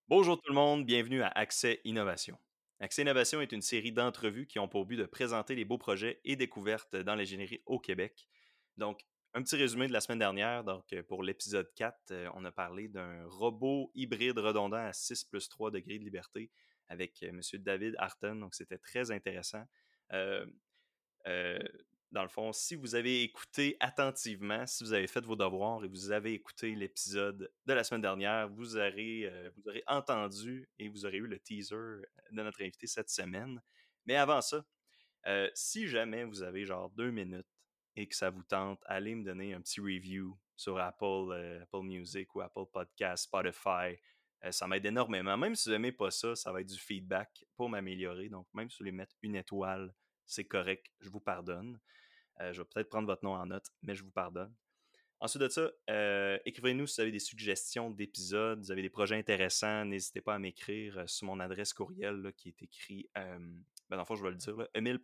Bonjour tout le monde, bienvenue à Accès Innovation. Accès Innovation est une série d'entrevues qui ont pour but de présenter les beaux projets et découvertes dans l'ingénierie au Québec. Donc, un petit résumé de la semaine dernière. Donc, pour l'épisode 4, on a parlé d'un robot hybride redondant à 6 plus 3 degrés de liberté avec M. David Harton. Donc, c'était très intéressant. Euh, euh, dans le fond, si vous avez écouté attentivement, si vous avez fait vos devoirs et vous avez écouté l'épisode de la semaine dernière, vous aurez entendu et vous aurez eu le teaser de notre invité cette semaine. Mais avant ça, si jamais vous avez genre 2 minutes et que ça vous tente, allez me donner un petit review sur Apple Music ou Apple Podcast, Spotify. Ça m'aide énormément. Même si vous n'aimez pas ça, ça va être du feedback pour m'améliorer. Donc, même si vous voulez mettre une étoile, c'est correct, je vous pardonne. Je vais peut-être prendre votre nom en note, mais je vous pardonne. Ensuite de ça, écrivez-nous si vous avez des suggestions d'épisodes, vous avez des projets intéressants, n'hésitez pas à m'écrire sur mon adresse courriel là, qui est écrit, dans le fond, je vais le dire,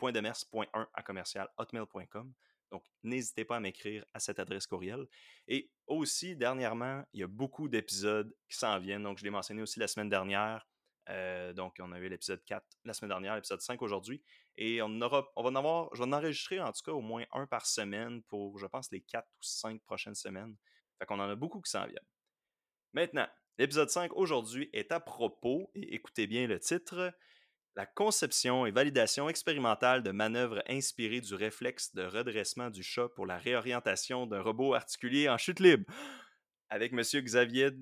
emile.demers.1@hotmail.com. Donc, n'hésitez pas à m'écrire à cette adresse courriel. Et aussi, dernièrement, il y a beaucoup d'épisodes qui s'en viennent. Donc, je l'ai mentionné aussi la semaine dernière. Donc, on a eu l'épisode 4 la semaine dernière, l'épisode 5 aujourd'hui. Et on va en avoir, je vais en enregistrer en tout cas au moins un par semaine pour, je pense, les 4 ou 5 prochaines semaines. Fait qu'on en a beaucoup qui s'en viennent. Maintenant, l'épisode 5 aujourd'hui est à propos, et écoutez bien le titre, la conception et validation expérimentale de manœuvres inspirées du réflexe de redressement du chat pour la réorientation d'un robot articulé en chute libre. Avec Monsieur Xavier,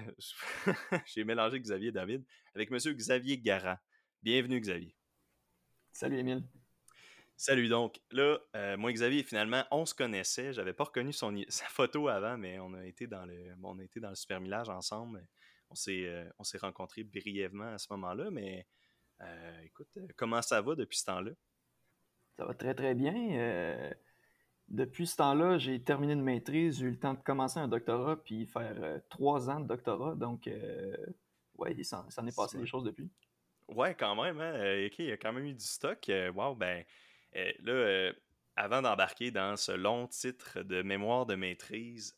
j'ai mélangé Xavier et David, avec Monsieur Xavier Garand. Bienvenue Xavier. Salut Émile. Salut donc. Là, moi et Xavier, finalement, on se connaissait. J'avais pas reconnu sa photo avant, mais on a été dans le Super Millage ensemble. On s'est rencontrés brièvement à ce moment-là, mais écoute, comment ça va depuis ce temps-là? Ça va très très bien. Depuis ce temps-là, j'ai terminé une maîtrise, j'ai eu le temps de commencer un doctorat puis faire 3 ans de doctorat. Donc, ouais, ça en est passé des Ouais. choses depuis. Ouais, quand même, hein? OK, il y a quand même eu du stock. Wow, ben, là, avant d'embarquer dans ce long titre de mémoire de maîtrise,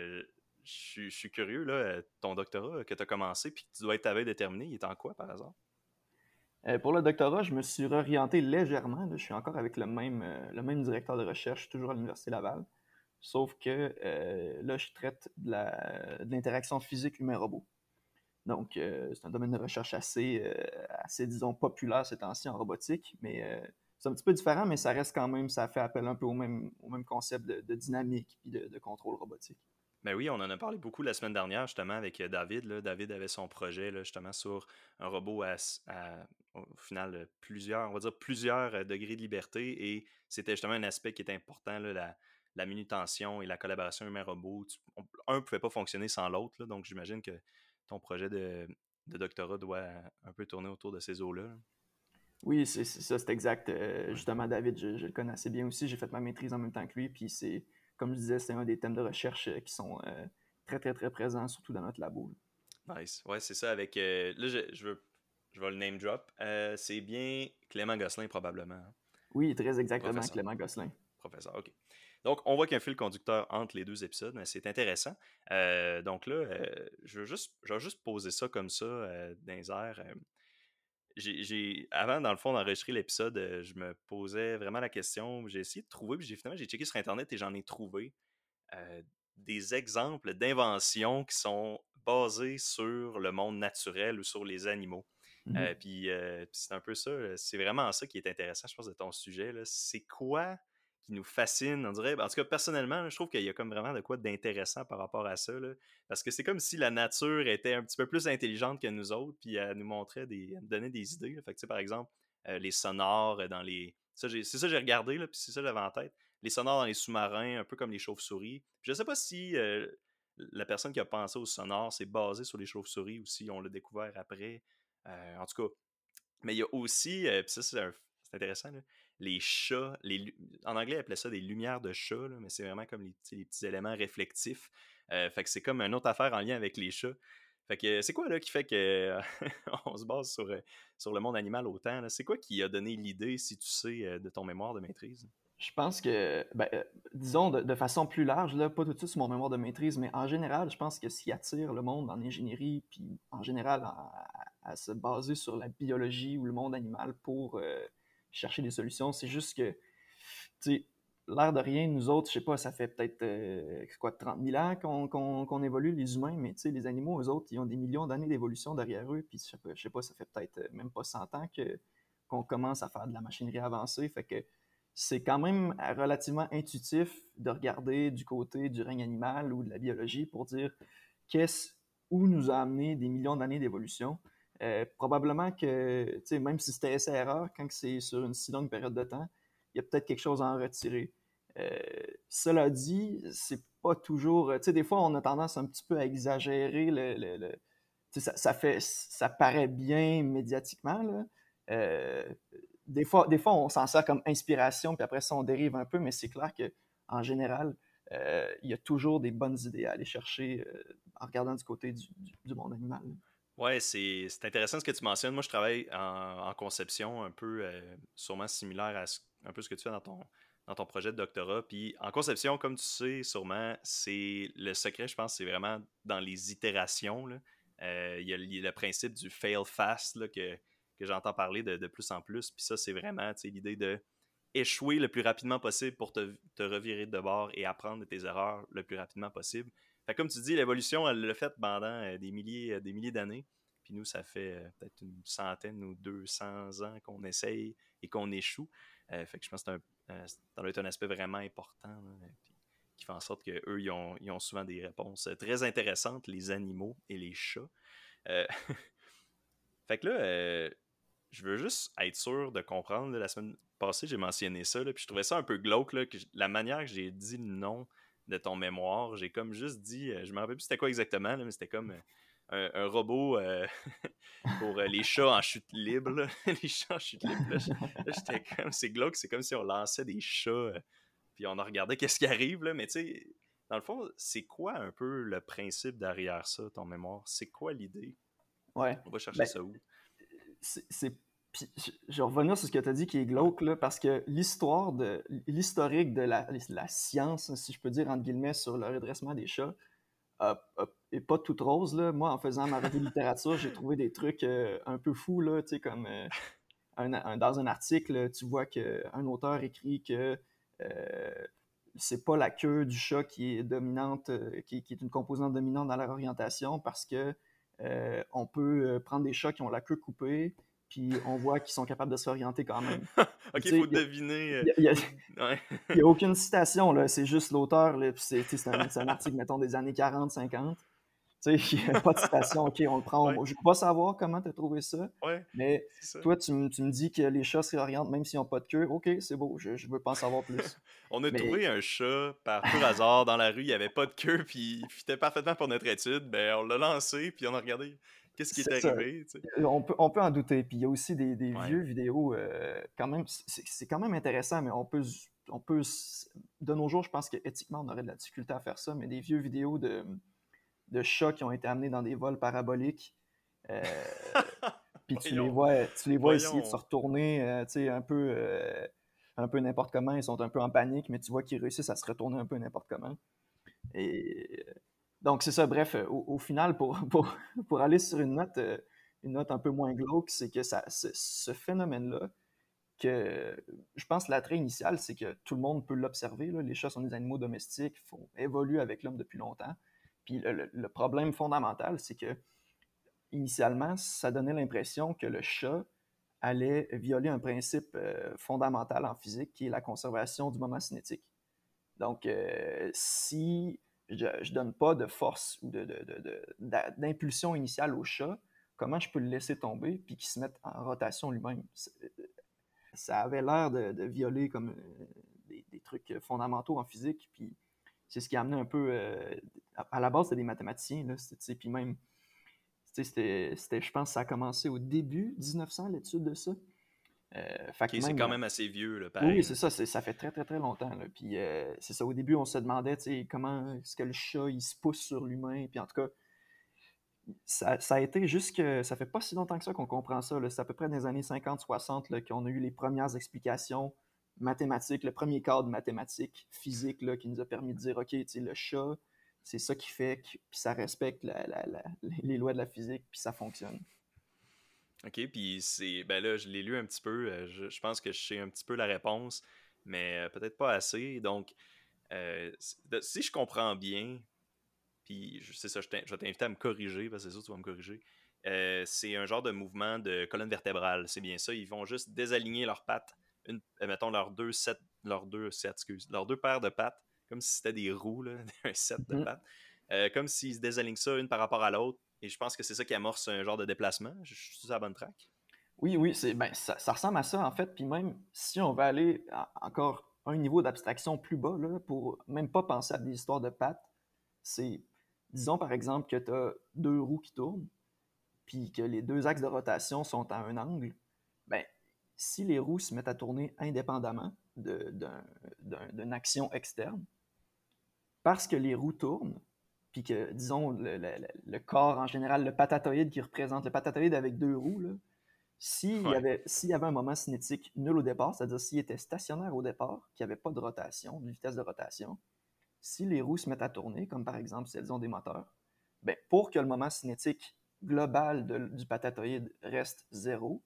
je suis curieux, là, ton doctorat que tu as commencé puis que tu dois être à veille de terminer, il est en quoi par hasard? Pour le doctorat, je me suis réorienté légèrement. Là. Je suis encore avec le même directeur de recherche, toujours à l'Université Laval. Sauf que là, je traite de l'interaction physique humain-robot. Donc, c'est un domaine de recherche assez, disons, populaire ces temps-ci en robotique, mais c'est un petit peu différent, mais ça reste quand même, ça fait appel un peu au même concept de dynamique et de contrôle robotique. Ben oui, on en a parlé beaucoup la semaine dernière, justement, avec David. Là. David avait son projet, là, justement, sur un robot au final, on va dire plusieurs degrés de liberté. Et c'était justement un aspect qui était important, là, la manutention et la collaboration humain-robot. Un ne pouvait pas fonctionner sans l'autre. Là, donc, j'imagine que ton projet de doctorat doit un peu tourner autour de ces eaux-là. Là. Oui, c'est ça, c'est exact. Ouais. Justement, David, je le connais assez bien aussi. J'ai fait ma maîtrise en même temps que lui, puis comme je disais, c'est un des thèmes de recherche qui sont très, très, très présents, surtout dans notre labo. Là. Nice. Ouais, c'est ça avec. Là, je vais le name drop. C'est bien Clément Gosselin, probablement. Hein. Oui, très exactement, Professeur. Clément Gosselin. Professeur, OK. Donc, on voit qu'il y a un fil conducteur entre les deux épisodes, mais c'est intéressant. Donc là, je vais juste poser ça comme ça, dans les airs. Avant, dans le fond, d'enregistrer l'épisode, je me posais vraiment la question. J'ai essayé de trouver, puis finalement, j'ai checké sur Internet et j'en ai trouvé des exemples d'inventions qui sont basées sur le monde naturel ou sur les animaux. Mhm. Puis c'est un peu ça, c'est vraiment ça qui est intéressant, je pense, de ton sujet. Là. C'est quoi qui nous fascine, on dirait. En tout cas, personnellement, là, je trouve qu'il y a comme vraiment de quoi d'intéressant par rapport à ça. Là, parce que c'est comme si la nature était un petit peu plus intelligente que nous autres, puis elle nous montrait elle nous donnait des idées. Là. Fait que, tu sais, par exemple, les sonores dans les. C'est ça que j'ai regardé, là, puis c'est ça que j'avais en tête. Les sonores dans les sous-marins, un peu comme les chauves-souris. Je ne sais pas si la personne qui a pensé aux sonores s'est basée sur les chauves-souris ou si on l'a découvert après. En tout cas, mais il y a aussi, puis ça c'est intéressant, là, les chats, en anglais ils appelaient ça des lumières de chat, là, mais c'est vraiment comme les petits éléments réflectifs. Fait que c'est comme une autre affaire en lien avec les chats. Fait que c'est quoi là qui fait que on se base sur le monde animal autant? Là? C'est quoi qui a donné l'idée, si tu sais, de ton mémoire de maîtrise? Je pense que, disons de façon plus large, là, pas tout de suite sur mon mémoire de maîtrise, mais en général, je pense que ce qui attire le monde en ingénierie, puis en général à se baser sur la biologie ou le monde animal pour chercher des solutions, c'est juste que, tu sais, l'air de rien, nous autres, je sais pas, ça fait peut-être quoi, 30 000 ans qu'on évolue, les humains, mais tu sais, les animaux, eux autres, ils ont des millions d'années d'évolution derrière eux, puis je sais pas, ça fait peut-être même pas 100 ans qu'on commence à faire de la machinerie avancée, fait que c'est quand même relativement intuitif de regarder du côté du règne animal ou de la biologie pour dire qu'est-ce où nous a amené des millions d'années d'évolution. Probablement que, tu sais, même si c'était essai-erreur, quand c'est sur une si longue période de temps, il y a peut-être quelque chose à en retirer. Euh, Cela dit, c'est pas toujours. Tu sais, des fois, on a tendance un petit peu à exagérer tu sais, ça paraît bien médiatiquement, là. Euh, des fois, on s'en sert comme inspiration, puis après ça, on dérive un peu, mais c'est clair que en général, il y a toujours des bonnes idées à aller chercher en regardant du côté du monde animal. Ouais, c'est intéressant ce que tu mentionnes. Moi, je travaille en conception un peu sûrement similaire à un peu ce que tu fais dans ton projet de doctorat. Puis en conception, comme tu sais, sûrement, c'est le secret, je pense, c'est vraiment dans les itérations, là. Il y a le principe du fail fast là, que j'entends parler de plus en plus. Puis ça, c'est vraiment l'idée de échouer le plus rapidement possible pour te revirer de bord et apprendre de tes erreurs le plus rapidement possible. Fait que comme tu dis, l'évolution, elle l'a fait pendant des milliers d'années. Puis nous, ça fait peut-être une centaine ou 200 ans qu'on essaye et qu'on échoue. Fait que je pense que ça doit être un aspect vraiment important, là, puis, qui fait en sorte qu'eux, ils ont souvent des réponses très intéressantes, les animaux et les chats. Euh, fait que là, je veux juste être sûr de comprendre. Là, la semaine passée, j'ai mentionné ça, là, puis je trouvais ça un peu glauque, là, la manière que j'ai dit le nom de ton mémoire. J'ai comme juste dit, je me rappelle plus c'était quoi exactement, là, mais c'était comme un robot pour les chats en chute libre. Là. Les chats en chute libre. Là, j'étais comme, c'est glauque, c'est comme si on lançait des chats, puis on en regardait qu'est-ce qui arrive. Là, mais tu sais, dans le fond, c'est quoi un peu le principe derrière ça, ton mémoire? C'est quoi l'idée? Ouais. On va chercher Ben, ça où? c'est puis je vais revenir sur ce que tu as dit qui est Ouais. glauque, là, parce que l'historique de la science, si je peux dire, entre guillemets, sur le redressement des chats, est pas toute rose, là. Moi, en faisant ma revue de littérature, j'ai trouvé des trucs un peu fous, là, tu sais, comme dans un article, tu vois qu'un auteur écrit que euh, c'est pas la queue du chat qui est dominante, qui est une composante dominante dans leur orientation parce que on peut prendre des chats qui ont la queue coupée, puis on voit qu'ils sont capables de s'orienter quand même. Puis, Ok, il tu sais, faut deviner. Ouais. il y a aucune citation, là, c'est juste l'auteur, là, puis c'est un article, mettons, des années 40-50. Tu sais, il n'y a pas de citation, ok, on le prend. Ouais, Je ne veux pas savoir comment tu as trouvé ça, ouais, mais c'est ça. toi, tu me dis que les chats se réorientent même s'ils n'ont pas de queue. Ok, c'est beau, je veux pas en savoir plus. On a Mais trouvé un chat par pur hasard dans la rue, il n'y avait pas de queue, puis il fitait parfaitement pour notre étude. Ben, on l'a lancé, puis on a regardé qu'est-ce qui est c'est ça. arrivé, tu sais. On peut en douter. Puis il y a aussi des Ouais. vieux vidéos, quand même, c'est quand même intéressant, mais de nos jours, je pense qu'éthiquement, on aurait de la difficulté à faire ça, mais des vieux vidéos de chats qui ont été amenés dans des vols paraboliques. Euh, Puis Voyons, tu les vois essayer de se voyons. retourner, tu sais, un peu n'importe comment. Ils sont un peu en panique, mais tu vois qu'ils réussissent à se retourner un peu n'importe comment. Et donc, c'est ça. Bref, au final, pour aller sur une note un peu moins glauque, c'est que ce phénomène-là, que je pense que l'attrait initial, c'est que tout le monde peut l'observer, là. Les chats sont des animaux domestiques, évoluent avec l'homme depuis longtemps. Puis le problème fondamental, c'est que initialement, ça donnait l'impression que le chat allait violer un principe fondamental en physique qui est la conservation du moment cinétique. Donc, si je ne donne pas de force ou d'impulsion initiale au chat, comment je peux le laisser tomber puis qu'il se mette en rotation lui-même? Ça avait l'air de violer comme des trucs fondamentaux en physique, puis c'est ce qui a amené un peu. À la base, c'était des mathématiciens, là, puis même je pense que ça a commencé au début 1900, l'étude de ça. Fait Ok, que c'est même, quand même assez vieux, là, oui, pareil, c'est là. ça, ça fait très très très longtemps. Là. Puis c'est ça, au début, on se demandait comment est-ce que le chat il se pousse sur l'humain. Puis en tout cas, ça a été jusque. Ça fait pas si longtemps que ça qu'on comprend ça. C'est à peu près dans les années 50-60 qu'on a eu les premières explications mathématique, le premier cadre mathématique, physique, là, qui nous a permis de dire, OK, le chat, c'est ça qui fait, puis ça respecte les lois de la physique, puis ça fonctionne. OK, puis ben là, je l'ai lu un petit peu, je pense que je sais un petit peu la réponse, mais peut-être pas assez. Donc, si je comprends bien, puis c'est ça, je vais t'inviter à me corriger, parce que c'est sûr que tu vas me corriger. C'est un genre de mouvement de colonne vertébrale, c'est bien ça. Ils vont juste désaligner leurs pattes, mettons leurs deux paires de pattes, comme si c'était des roues, là, un set de Mm-hmm. pattes. Comme s'ils se désalignent ça une par rapport à l'autre. Et je pense que c'est ça qui amorce un genre de déplacement. Je suis sur la bonne track. Oui, ça ressemble à ça en fait. Puis même si on va aller encore un niveau d'abstraction plus bas, là, pour même pas penser à des histoires de pattes, c'est, disons par exemple que tu as deux roues qui tournent, puis que les deux axes de rotation sont à un angle, ben, si les roues se mettent à tourner indépendamment d'une action externe, parce que les roues tournent, puis que, disons, le corps en général, le patatoïde qui représente le patatoïde avec deux roues, là, Ouais. s'il y avait un moment cinétique nul au départ, c'est-à-dire s'il était stationnaire au départ, qu'il n'y avait pas de rotation, de vitesse de rotation, si les roues se mettent à tourner, comme par exemple si elles ont des moteurs, ben, pour que le moment cinétique global du patatoïde reste zéro,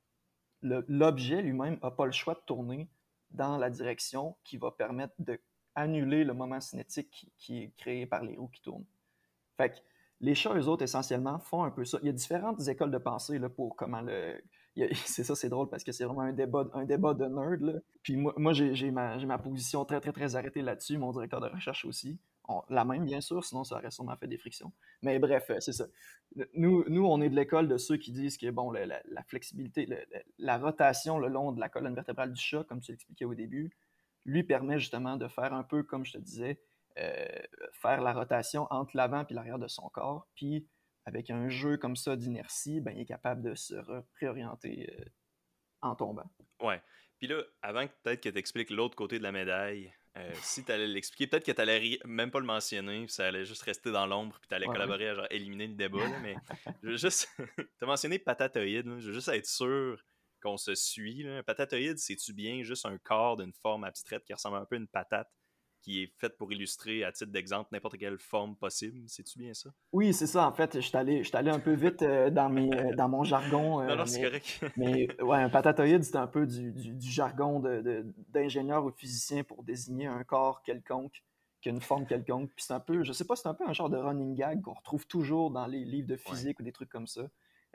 l'objet lui-même n'a pas le choix de tourner dans la direction qui va permettre d'annuler le moment cinétique qui est créé par les roues qui tournent. Fait que les chats, eux autres, essentiellement, font un peu ça. Il y a différentes écoles de pensée là, pour comment le. C'est ça, c'est drôle parce que c'est vraiment un débat de nerd. Là. Puis moi j'ai ma position très, très, très arrêtée là-dessus, mon directeur de recherche aussi. La même, bien sûr, sinon ça aurait sûrement fait des frictions. Mais bref, c'est ça. Nous, on est de l'école de ceux qui disent que bon, la flexibilité, la rotation le long de la colonne vertébrale du chat, comme tu l'expliquais au début, lui permet justement de faire un peu, comme je te disais, euh, faire la rotation entre l'avant et l'arrière de son corps. Puis, avec un jeu comme ça d'inertie, ben, il est capable de se réorienter en tombant. Ouais. Puis là, avant que peut-être que tu expliques l'autre côté de la médaille, si tu allais l'expliquer, peut-être que tu allais même pas le mentionner, puis ça allait juste rester dans l'ombre, puis tu allais Ouais, ouais. collaborer à genre, éliminer le débat, là, mais je veux juste. Tu as mentionné patatoïde, là, je veux juste être sûr qu'on se suit. Là. Un patatoïde, c'est-tu bien juste un corps d'une forme abstraite qui ressemble un peu à une patate, qui est faite pour illustrer, à titre d'exemple, n'importe quelle forme possible? C'est-tu bien ça? Oui, c'est ça. En fait, je suis allé un peu vite dans mon jargon, Non, non, c'est correct. mais ouais, un patatoïde, c'est un peu du jargon d'ingénieur ou de physicien pour désigner un corps quelconque, qui a une forme quelconque. Puis c'est un Ok. peu, je sais pas, c'est un peu un genre de running gag qu'on retrouve toujours dans les livres de Ouais. physique ou des trucs comme ça.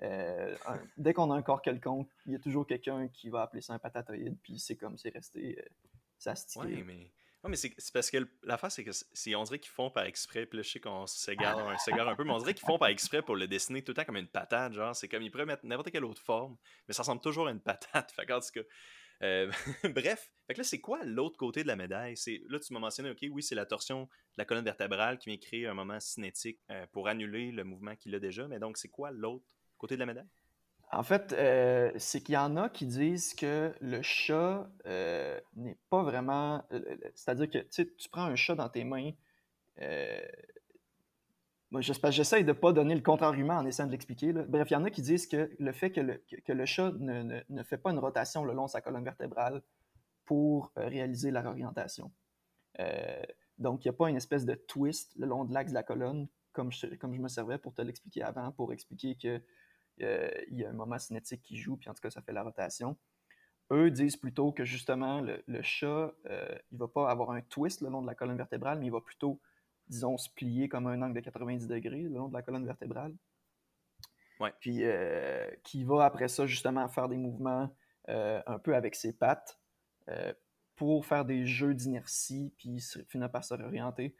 Dès qu'on a un corps quelconque, il y a toujours quelqu'un qui va appeler ça un patatoïde, puis c'est comme c'est resté, ça a stické, là. Ouais, mais. Ouais, mais c'est parce que l'affaire, c'est que on dirait qu'ils font par exprès, puis là, je sais qu'on s'égare un peu, mais on dirait qu'ils font par exprès pour le dessiner tout le temps comme une patate, genre, c'est comme ils pourraient mettre n'importe quelle autre forme, mais ça ressemble toujours à une patate, fait qu'en tout cas, euh, bref, fait que là, c'est quoi l'autre côté de la médaille? Là, tu m'as mentionné, ok, oui, c'est la torsion de la colonne vertébrale qui vient créer un moment cinétique pour annuler le mouvement qu'il a déjà, mais donc, c'est quoi l'autre côté de la médaille? En fait, c'est qu'il y en a qui disent que le chat n'est pas vraiment. C'est-à-dire que tu sais, tu prends un chat dans tes mains. euh, Moi, j'essaye de ne pas donner le contre-argument en essayant de l'expliquer, là. Bref, il y en a qui disent que le fait que le chat ne fait pas une rotation le long de sa colonne vertébrale pour réaliser la réorientation. Euh, donc, il n'y a pas une espèce de twist le long de l'axe de la colonne, comme je me servais pour te l'expliquer avant, pour expliquer que il y a un moment cinétique qui joue, puis en tout cas, ça fait la rotation. Eux disent plutôt que justement, le chat, il ne va pas avoir un twist le long de la colonne vertébrale, mais il va plutôt, disons, se plier comme un angle de 90 degrés le long de la colonne vertébrale. Ouais. Puis qui va après ça, justement, faire des mouvements un peu avec ses pattes euh, pour faire des jeux d'inertie, puis finir par se réorienter.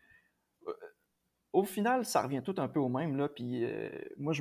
Au final, ça revient tout un peu au même, là. Puis moi,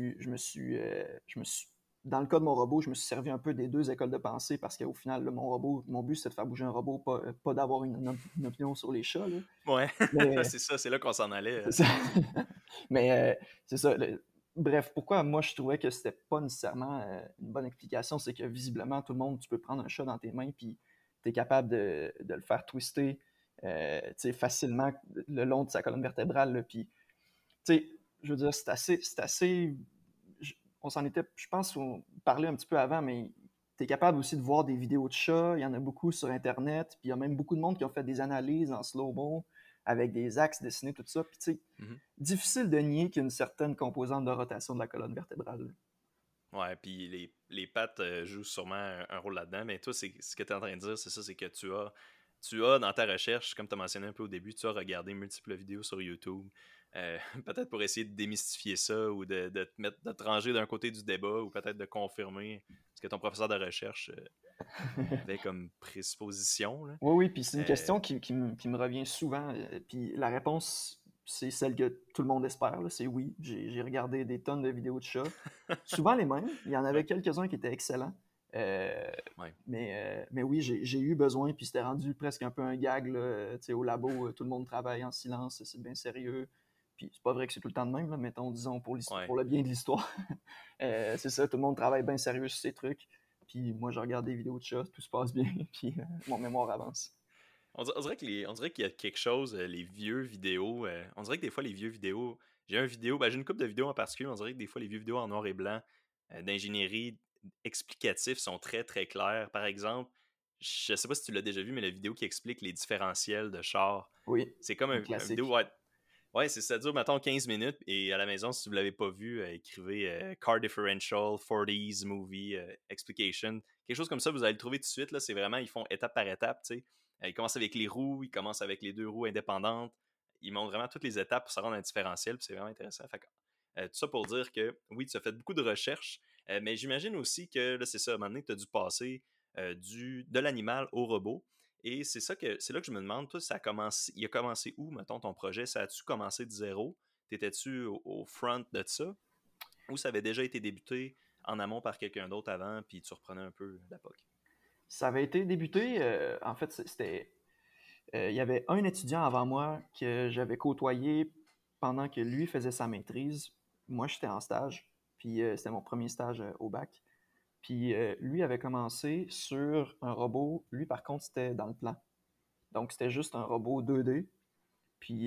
je me suis, dans le cas de mon robot, je me suis servi un peu des deux écoles de pensée parce qu'au final, là, mon robot, mon but, c'est de faire bouger un robot, pas d'avoir une opinion sur les chats, là. Ouais, Mais c'est ça, c'est là qu'on s'en allait. c'est ça. Mais c'est ça. Bref, pourquoi moi je trouvais que c'était pas nécessairement une bonne explication, c'est que visiblement, tout le monde, tu peux prendre un chat dans tes mains, puis tu es capable de le faire twister facilement le long de sa colonne vertébrale. Là, puis tu sais, je veux dire, c'est assez. On s'en était, je pense, on parlait un petit peu avant, mais tu es capable aussi de voir des vidéos de chats. Il y en a beaucoup sur Internet. Puis il y a même beaucoup de monde qui ont fait des analyses en slow-mo avec des axes dessinés, tout ça. Puis tu sais, Mhm. difficile de nier qu'il y a une certaine composante de rotation de la colonne vertébrale. Ouais, puis les pattes jouent sûrement un rôle là-dedans, mais toi, ce que tu es en train de dire, c'est ça, c'est que tu as dans ta recherche, comme tu as mentionné un peu au début, tu as regardé multiples vidéos sur YouTube, peut-être pour essayer de démystifier ça ou de te ranger d'un côté du débat ou peut-être de confirmer ce que ton professeur de recherche avait comme présupposition, là. Oui, oui, puis c'est une Euh, question qui me revient souvent. Puis la réponse, c'est celle que tout le monde espère, là, c'est oui. J'ai regardé des tonnes de vidéos de chats. Souvent les mêmes. Il y en avait ouais, quelques-uns qui étaient excellents. Euh, ouais, mais oui, j'ai eu besoin, puis c'était rendu presque un peu un gag, là, tu sais, au labo, tout le monde travaille en silence, c'est bien sérieux. Puis c'est pas vrai que c'est tout le temps de même, là, mettons, disons, ouais. pour le bien de l'histoire. C'est ça, tout le monde travaille bien sérieux sur ces trucs. Puis moi, je regarde des vidéos de chats, tout se passe bien, puis mon mémoire avance. On dirait qu'il y a quelque chose, les vieux vidéos. On dirait que des fois, les vieux vidéos. J'ai une couple de vidéos en particulier, on dirait que des fois, les vieux vidéos en noir et blanc d'ingénierie explicatifs sont très très clairs. Par exemple, je sais pas si tu l'as déjà vu, mais la vidéo qui explique les différentiels de char, Oui, c'est comme un un vidéo. classique. Ouais, ouais, ça dure, mettons, 15 minutes. Et à la maison, si vous l'avez pas vu, écrivez Car Differential 40s Movie Explication. Quelque chose comme ça, vous allez le trouver tout de suite. Là, c'est vraiment, ils font étape par étape. Tu sais. Ils commencent avec les roues, ils commencent avec les deux roues indépendantes. Ils montrent vraiment toutes les étapes pour se rendre à un différentiel. Puis c'est vraiment intéressant. Fait que, tout ça pour dire que oui, tu as fait beaucoup de recherches, mais j'imagine aussi que là, c'est ça, à un moment donné, tu as dû passer de l'animal au robot. Et c'est là que je me demande, toi, il a commencé où, mettons, ton projet? Ça a-tu commencé de zéro? T'étais-tu au front de ça? Ou ça avait déjà été débuté en amont par quelqu'un d'autre avant, puis tu reprenais un peu la POC? Ça avait été débuté, en fait, c'était... il y avait un étudiant avant moi que j'avais côtoyé pendant que lui faisait sa maîtrise. Moi, j'étais en stage, puis c'était mon premier stage au bac. Puis lui avait commencé sur un robot. Lui, par contre, c'était dans le plan. Donc, c'était juste un robot 2D. Puis,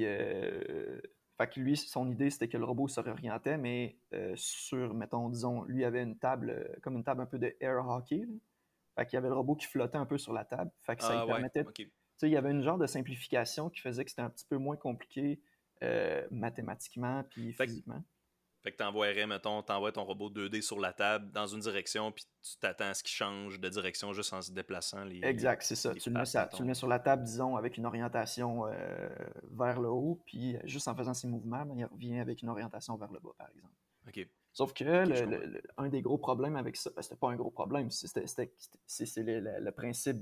fait que lui, son idée, c'était que le robot se réorientait, mais sur, mettons, disons, lui avait une table, comme une table un peu de air hockey, là. Fait qu'il y avait le robot qui flottait un peu sur la table. Fait que ça lui Ah ouais, permettait, tu ok. sais, il y avait une genre de simplification qui faisait que c'était un petit peu moins compliqué mathématiquement puis Fait que, physiquement. fait que t'envoies ton robot 2D sur la table dans une direction, puis tu t'attends à ce qu'il change de direction juste en se déplaçant Exact, c'est ça. les pattes, Tu le mettons. mets sur la table, disons, avec une orientation vers le haut, puis juste en faisant ces mouvements, ben, il revient avec une orientation vers le bas, par exemple. Ok, Sauf que ok, je comprends. un des gros problèmes avec ça, ben, c'était pas un gros problème, c'est le principe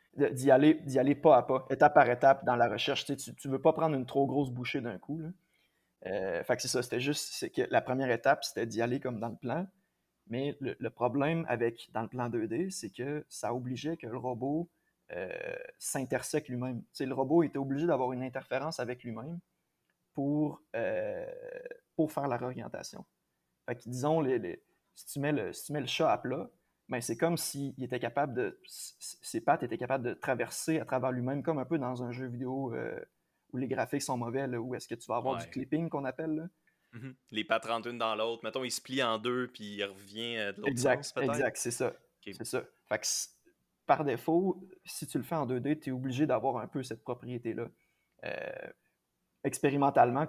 d'y aller pas à pas, étape par étape dans la recherche. Tu veux pas prendre une trop grosse bouchée d'un coup, là. Fait que c'est ça, c'est que la première étape, c'était d'y aller comme dans le plan. Mais le problème avec dans le plan 2D, c'est que ça obligeait que le robot s'intersecte lui-même. Tu sais, le robot était obligé d'avoir une interférence avec lui-même pour, euh, pour faire la réorientation. Fait que disons, si tu mets le chat à plat, ben c'est comme s'il était capable ses pattes étaient capables de traverser à travers lui-même, comme un peu dans un jeu vidéo où les graphiques sont mauvais, là, où est-ce que tu vas avoir du Ouais. clipping qu'on appelle, là. Mhm. Les pattes rentrent une dans l'autre. Mettons, il se plie en deux, puis il revient de l'autre Exact, sens, peut-être. exact, c'est ça. Ok, C'est ça. Fait que par défaut, si tu le fais en 2D, tu es obligé d'avoir un peu cette propriété-là. Euh, Expérimentalement,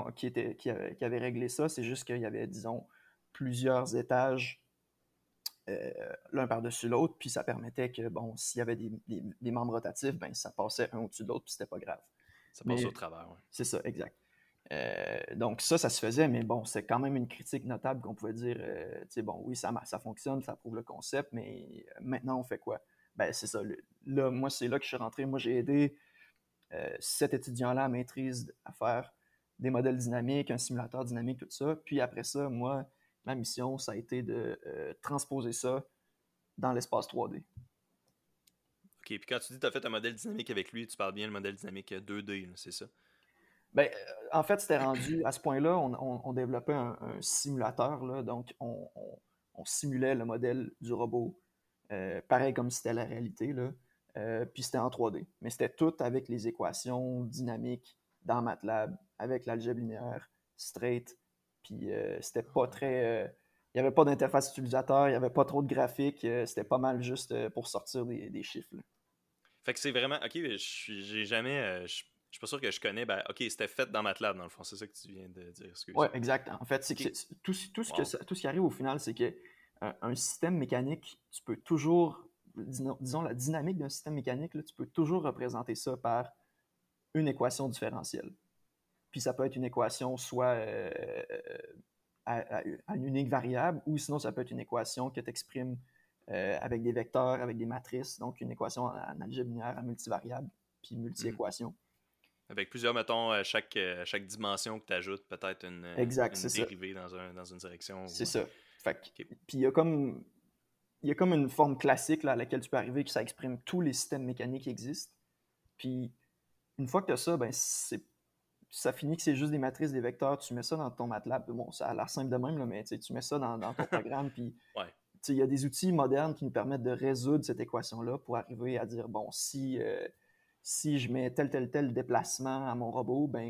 qui avait réglé ça, c'est juste qu'il y avait, disons, plusieurs étages l'un par-dessus l'autre, puis ça permettait que, bon, s'il y avait des membres rotatifs, ben ça passait un au-dessus de l'autre, puis c'était pas grave. ça passe au Mais travers, ouais. c'est ça, exact. Donc ça se faisait, mais bon, c'est quand même une critique notable qu'on pouvait dire, tu sais, bon, oui, ça fonctionne, ça prouve le concept, mais maintenant, on fait quoi? Ben, c'est ça. Là, moi, c'est là que je suis rentré. Moi, j'ai aidé cet étudiant-là à maîtrise à faire des modèles dynamiques, un simulateur dynamique, tout ça. Puis après ça, moi, ma mission, ça a été de transposer ça dans l'espace 3D. Ok, puis quand tu dis que tu as fait un modèle dynamique avec lui, tu parles bien le modèle dynamique 2D, là, c'est ça? Ben, en fait, c'était rendu à ce point-là, on développait un simulateur, là, donc on simulait le modèle du robot, pareil comme si c'était la réalité, là, puis c'était en 3D. Mais c'était tout avec les équations dynamiques dans MATLAB, avec l'algèbre linéaire, straight, puis c'était pas Ah, ok. très il n'y avait pas d'interface utilisateur, il n'y avait pas trop de graphiques, c'était pas mal juste pour sortir des chiffres. Là. Fait que c'est vraiment. Ok, j'ai jamais. Je suis pas sûr que je connais. Ben, ok, c'était fait dans MATLAB, dans le fond. C'est ça que tu viens de dire, Ouais, excuse. exact. En fait, Ok. tout Wow. tout ce qui arrive au final, c'est que un système mécanique, tu peux toujours, disons la dynamique d'un système mécanique, là, tu peux toujours représenter ça par une équation différentielle. Puis ça peut être une équation soit à une unique variable, ou sinon ça peut être une équation que tu exprimes avec des vecteurs, avec des matrices, donc une équation en algèbre linéaire à multivariable, puis Mhm. multi-équation. Avec plusieurs, mettons, chaque dimension que tu ajoutes, peut-être Exact, c'est une ça. dérivée dans une direction. C'est Ou, ça. Fait ok. puis il y a comme une forme classique là, à laquelle tu peux arriver, que ça exprime tous les systèmes mécaniques qui existent. Puis une fois que tu as ça, ben ça finit que c'est juste des matrices, des vecteurs, tu mets ça dans ton MATLAB. Bon, ça a l'air simple de même, là, mais tu mets ça dans ton programme, puis Ouais. il y a des outils modernes qui nous permettent de résoudre cette équation-là pour arriver à dire, bon, si je mets tel déplacement à mon robot, ben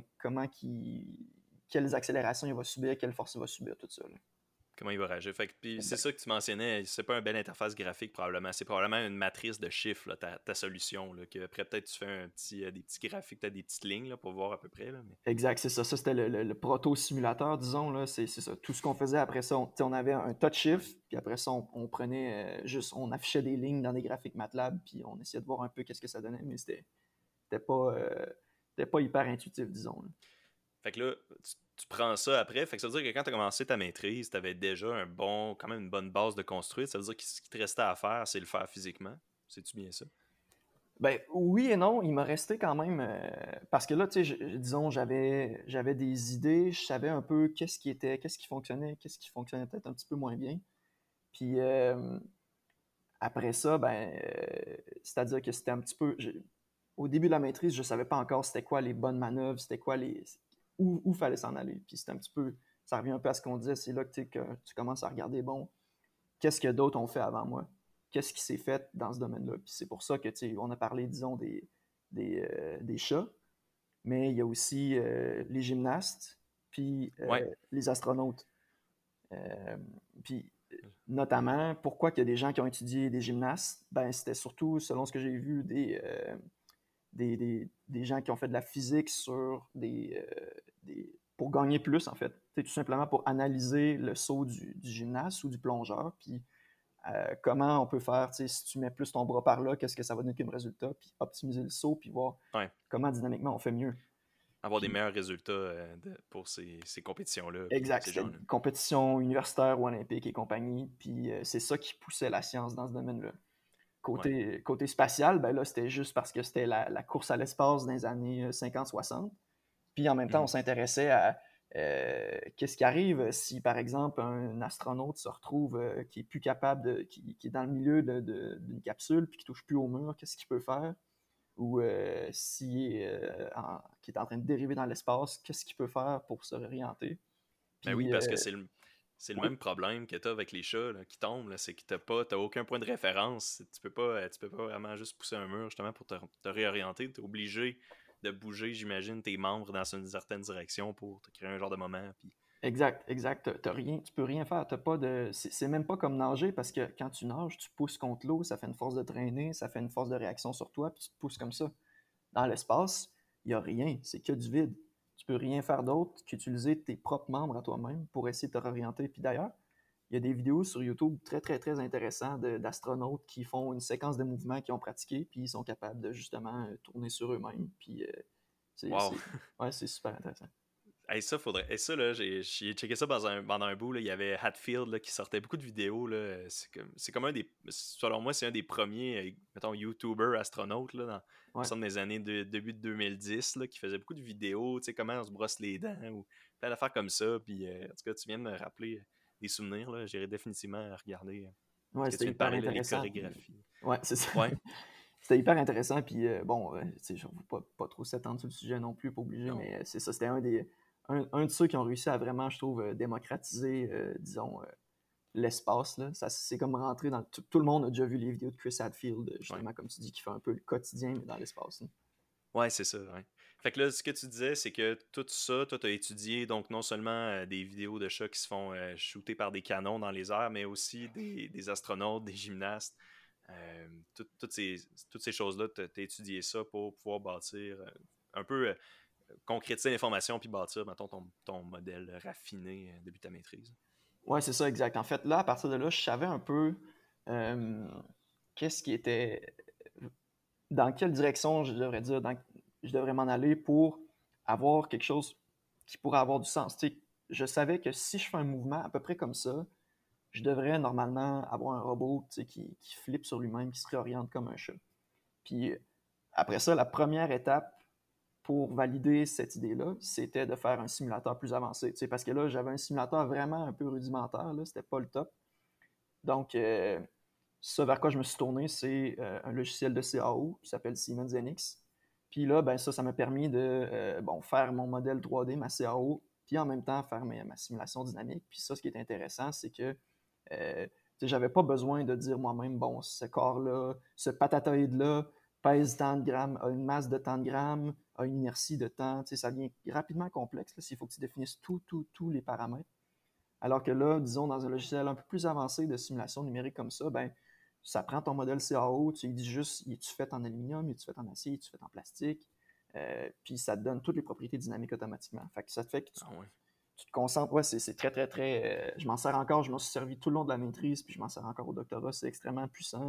quelles accélérations il va subir, quelle force il va subir, tout ça. Là. Comment il va réagir. Fait que, puis c'est Exact. ça que tu mentionnais, c'est pas une belle interface graphique probablement, c'est probablement une matrice de chiffres, là, ta solution. Là, que après, peut-être tu fais des petits graphiques, peut-être des petites lignes là, pour voir à peu près. Là, mais... Exact, c'est ça. Ça, c'était le proto-simulateur, disons. Là. C'est ça. Tout ce qu'on faisait après ça, on avait un touch Ouais. shift, puis après ça, on prenait juste, on affichait des lignes dans des graphiques MATLAB, puis on essayait de voir un peu qu'est-ce que ça donnait, mais c'était pas, euh, c'était pas hyper intuitif, disons. Là. Fait que là, tu prends ça après. Fait que ça veut dire que quand tu as commencé ta maîtrise, tu avais déjà quand même une bonne base de construire. Ça veut dire que ce qui te restait à faire, c'est le faire physiquement. C'est-tu bien ça? Ben oui et non, il m'a resté quand même parce que là, tu sais, disons, j'avais des idées, je savais un peu qu'est-ce qui fonctionnait peut-être un petit peu moins bien. Puis après ça, ben, c'est-à-dire que c'était un petit peu. Au début de la maîtrise, je ne savais pas encore c'était quoi les bonnes manœuvres, c'était quoi où fallait s'en aller. Puis c'était un petit peu. Ça revient un peu à ce qu'on disait, c'est là que tu commences à regarder, bon, qu'est-ce que d'autres ont fait avant moi? Qu'est-ce qui s'est fait dans ce domaine-là? Puis c'est pour ça que, on a parlé, disons, des chats, mais il y a aussi les gymnastes, puis Ouais. les astronautes. Euh, puis notamment, pourquoi il y a des gens qui ont étudié des gymnastes? Ben, c'était surtout, selon ce que j'ai vu, des gens qui ont fait de la physique sur pour gagner plus, en fait. C'est tout simplement pour analyser le saut du gymnaste ou du plongeur, puis comment on peut faire, si tu mets plus ton bras par là, qu'est-ce que ça va donner comme résultat, puis optimiser le saut, puis voir Ouais. comment dynamiquement on fait mieux. Avoir des Puis, meilleurs résultats pour ces compétitions-là, puis exact, ces c'était gens-là. une compétition universitaire ou olympique et compagnie, puis c'est ça qui poussait la science dans ce domaine-là. Ouais. Côté spatial, ben là, c'était juste parce que c'était la course à l'espace dans les années 50-60. Puis en même temps, on Mhm. s'intéressait à qu'est-ce qui arrive si, par exemple, un astronaute se retrouve qui est plus capable qui est dans le milieu d'une capsule puis qui touche plus au mur, qu'est-ce qu'il peut faire? Ou qui est en train de dériver dans l'espace, qu'est-ce qu'il peut faire pour se réorienter? Ben oui, Puis parce que c'est le oui, même problème que tu as avec les chats là, qui tombent, là, c'est que t'as aucun point de référence. Tu peux pas vraiment juste pousser un mur justement pour te réorienter. Tu es obligé de bouger, j'imagine, tes membres dans une certaine direction pour te créer un genre de moment. Puis... exact. T'as rien, tu peux rien faire. T'as pas de. C'est même pas comme nager parce que quand tu nages, tu pousses contre l'eau, ça fait une force de traînée, ça fait une force de réaction sur toi, puis tu te pousses comme ça. Dans l'espace, il n'y a rien, c'est que du vide. Tu peux rien faire d'autre qu'utiliser tes propres membres à toi-même pour essayer de te réorienter. Puis d'ailleurs, il y a des vidéos sur YouTube très intéressantes d'astronautes qui font une séquence de mouvements qu'ils ont pratiqué, puis ils sont capables de justement tourner sur eux-mêmes. Puis c'est Wow! c'est- ouais, c'est super intéressant. Hey, ça, faudrait. Et ça, là, j'ai checké ça pendant un bout. Là. Il y avait Hatfield là, qui sortait beaucoup de vidéos. Là. C'est comme un des. Selon moi, c'est un des premiers, mettons, YouTuber astronautes là, me Ouais. semble, des années début de 2010 là, qui faisait beaucoup de vidéos, tu sais, comment on se brosse les dents ou plein d'affaires comme ça. Puis, en tout cas, tu viens de me rappeler des souvenirs. Là. J'irai définitivement regarder Ouais, ce que tu c'était viens de hyper parler, là, les intéressant. Puis, chorégraphies. ouais, c'est ça. Ouais. C'était hyper intéressant. Puis bon, je ne veux pas trop s'étendre sur le sujet non plus, pas obligé, Non. mais c'est ça. C'était un de ceux qui ont réussi à vraiment, je trouve, démocratiser, disons, l'espace. Là. Ça, c'est comme rentrer dans. Tout le monde a déjà vu les vidéos de Chris Hadfield, Ouais. justement, comme tu dis, qui fait un peu le quotidien, mais dans l'espace. Là. Ouais, c'est ça. Ouais. Fait que là, ce que tu disais, c'est que tout ça, toi, tu as étudié donc non seulement des vidéos de chats qui se font shooter par des canons dans les airs, mais aussi des astronautes, des gymnastes. Euh, toutes ces choses-là, tu as étudié ça pour pouvoir bâtir un peu concrétiser l'information puis bâtir, mettons, ton modèle raffiné depuis ta maîtrise. Ouais, c'est ça, exact. En fait, là, à partir de là, je savais un peu euh, qu'est-ce qui était, dans quelle direction je devrais dire, je devrais m'en aller pour avoir quelque chose qui pourrait avoir du sens. Tu sais, je savais que si je fais un mouvement à peu près comme ça, je devrais normalement avoir un robot, tu sais, qui flippe sur lui-même, qui se réoriente comme un chat. Puis après ça, la première étape pour valider cette idée-là, c'était de faire un simulateur plus avancé. Tu sais, parce que là, j'avais un simulateur vraiment un peu rudimentaire, là, c'était pas le top. Donc, ce vers quoi je me suis tourné, c'est un logiciel de CAO qui s'appelle Siemens NX. Puis là, ben, ça m'a permis de faire mon modèle 3D, ma CAO, puis en même temps faire ma simulation dynamique. Puis ça, ce qui est intéressant, c'est que j'avais pas besoin de dire moi-même, bon, ce corps-là, ce patatoïde-là pèse tant de grammes, a une masse de tant de grammes, a une inertie de tant. Ça devient rapidement complexe s'il faut que tu définisses tous les paramètres. Alors que là, disons, dans un logiciel un peu plus avancé de simulation numérique comme ça, ben, ça prend ton modèle CAO, tu lui dis juste, es-tu fait en aluminium, es-tu fait en acier, es-tu fait en plastique, puis ça te donne toutes les propriétés dynamiques automatiquement. Fait que ça te fait que Ouais. tu te concentres. Ouais, c'est très, très, très. Je m'en sers encore, je m'en suis servi tout le long de la maîtrise, puis je m'en sers encore au doctorat, c'est extrêmement puissant.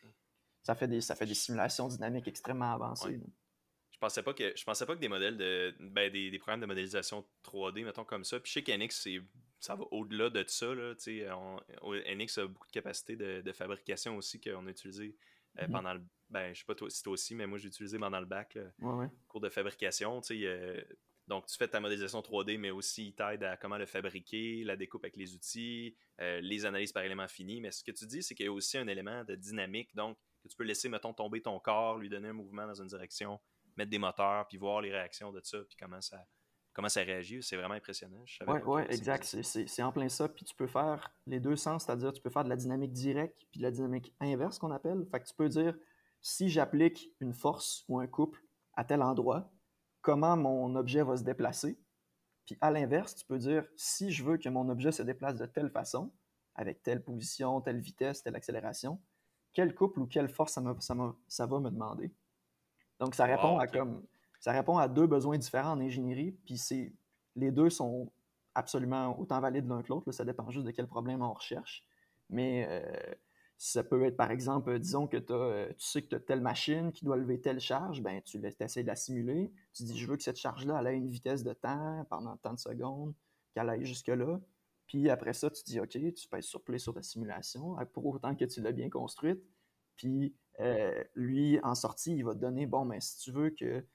Ça fait des simulations dynamiques extrêmement Ouais. avancées. Là. Je pensais pas que des modèles des programmes de modélisation 3D, mettons comme ça. Puis je sais qu'NX, ça va au-delà de ça. Là, NX a beaucoup de capacités de fabrication aussi qu'on a utilisé Mhm. pendant le. Ben, je sais pas toi, si toi aussi, mais moi j'ai utilisé pendant le bac, là, Ouais, ouais. cours de fabrication. Donc tu fais ta modélisation 3D, mais aussi il t'aide à comment le fabriquer, la découpe avec les outils, les analyses par éléments finis. Mais ce que tu dis, c'est qu'il y a aussi un élément de dynamique. Donc, que tu peux laisser, mettons, tomber ton corps, lui donner un mouvement dans une direction, mettre des moteurs, puis voir les réactions de ça, puis comment ça réagit. C'est vraiment impressionnant. Je savais Ouais, pas que ouais, ça exact. faisait ça. C'est en plein ça. Puis tu peux faire les deux sens, c'est-à-dire tu peux faire de la dynamique directe puis de la dynamique inverse qu'on appelle. Fait que tu peux dire si j'applique une force ou un couple à tel endroit, comment mon objet va se déplacer. Puis à l'inverse, tu peux dire si je veux que mon objet se déplace de telle façon, avec telle position, telle vitesse, telle accélération, quel couple ou quelle force ça va me demander. Donc, Wow, ok. ça répond à deux besoins différents en ingénierie, puis les deux sont absolument autant valides l'un que l'autre. Ça dépend juste de quel problème on recherche. Mais ça peut être, par exemple, disons que tu sais que tu as telle machine qui doit lever telle charge, ben, tu essaies de la simuler. Tu dis, je veux que cette charge-là, elle ait une vitesse de temps pendant tant de secondes, qu'elle aille jusque-là. Puis après ça, tu dis, OK, tu pèses sur play sur ta simulation, pour autant que tu l'as bien construite. Puis lui, en sortie, il va te donner, bon, mais si tu veux que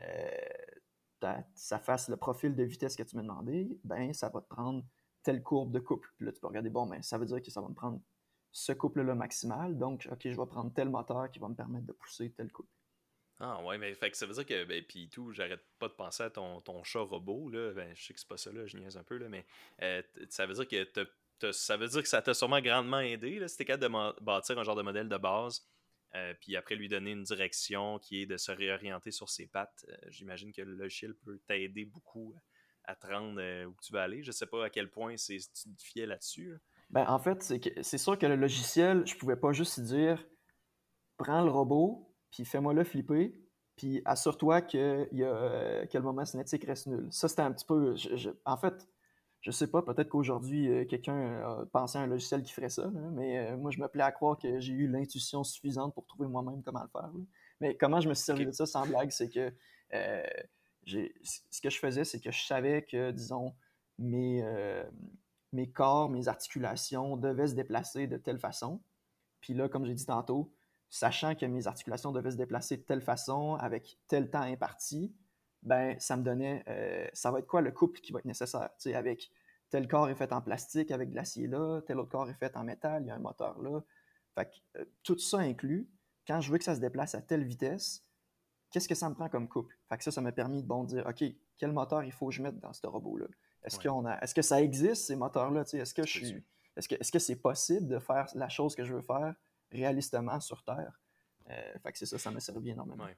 ça fasse le profil de vitesse que tu m'as demandé, ben ça va te prendre telle courbe de couple. Puis là, tu peux regarder, bon, ben ça veut dire que ça va me prendre ce couple-là maximal, donc, OK, je vais prendre tel moteur qui va me permettre de pousser tel couple. Ah ouais, mais fait que ça veut dire que, ben, puis tout, j'arrête pas de penser à ton chat robot, là. Ben, je sais que c'est pas ça, là, je niaise un peu, là, mais ça veut dire que ça veut dire que ça t'a sûrement grandement aidé, là, si t'es capable de bâtir un genre de modèle de base, puis après lui donner une direction qui est de se réorienter sur ses pattes. J'imagine que le logiciel peut t'aider beaucoup à te rendre où tu vas aller. Je sais pas à quel point tu te fiais là-dessus, là. Ben, en fait, c'est sûr que le logiciel, je pouvais pas juste dire prends le robot, puis fais-moi le flipper, puis assure-toi que le moment cinétique reste nul. Ça, c'était un petit peu. En fait, je sais pas, peut-être qu'aujourd'hui, quelqu'un a pensé à un logiciel qui ferait ça, là, mais moi, je me plais à croire que j'ai eu l'intuition suffisante pour trouver moi-même comment le faire. Là. Mais comment je me suis servi Ok. de ça sans blague, c'est que euh, ce que je faisais, c'est que je savais que, disons, mes, euh, mes corps, mes articulations devaient se déplacer de telle façon. Puis là, comme j'ai dit tantôt, sachant que mes articulations devaient se déplacer de telle façon, avec tel temps imparti, ben ça me donnait, ça va être quoi le couple qui va être nécessaire, tu sais, avec tel corps est fait en plastique avec de l'acier là, tel autre corps est fait en métal, il y a un moteur là. Fait que tout ça inclus, quand je veux que ça se déplace à telle vitesse, qu'est-ce que ça me prend comme couple? Fait que ça m'a permis de bon dire, OK, quel moteur il faut que je mette dans ce robot-là? Ouais. Est-ce que ça existe, ces moteurs-là? Est-ce que Tu peux-tu? est-ce que c'est possible de faire la chose que je veux faire réalistement sur Terre? Fait que c'est ça m'a servi énormément. Ouais.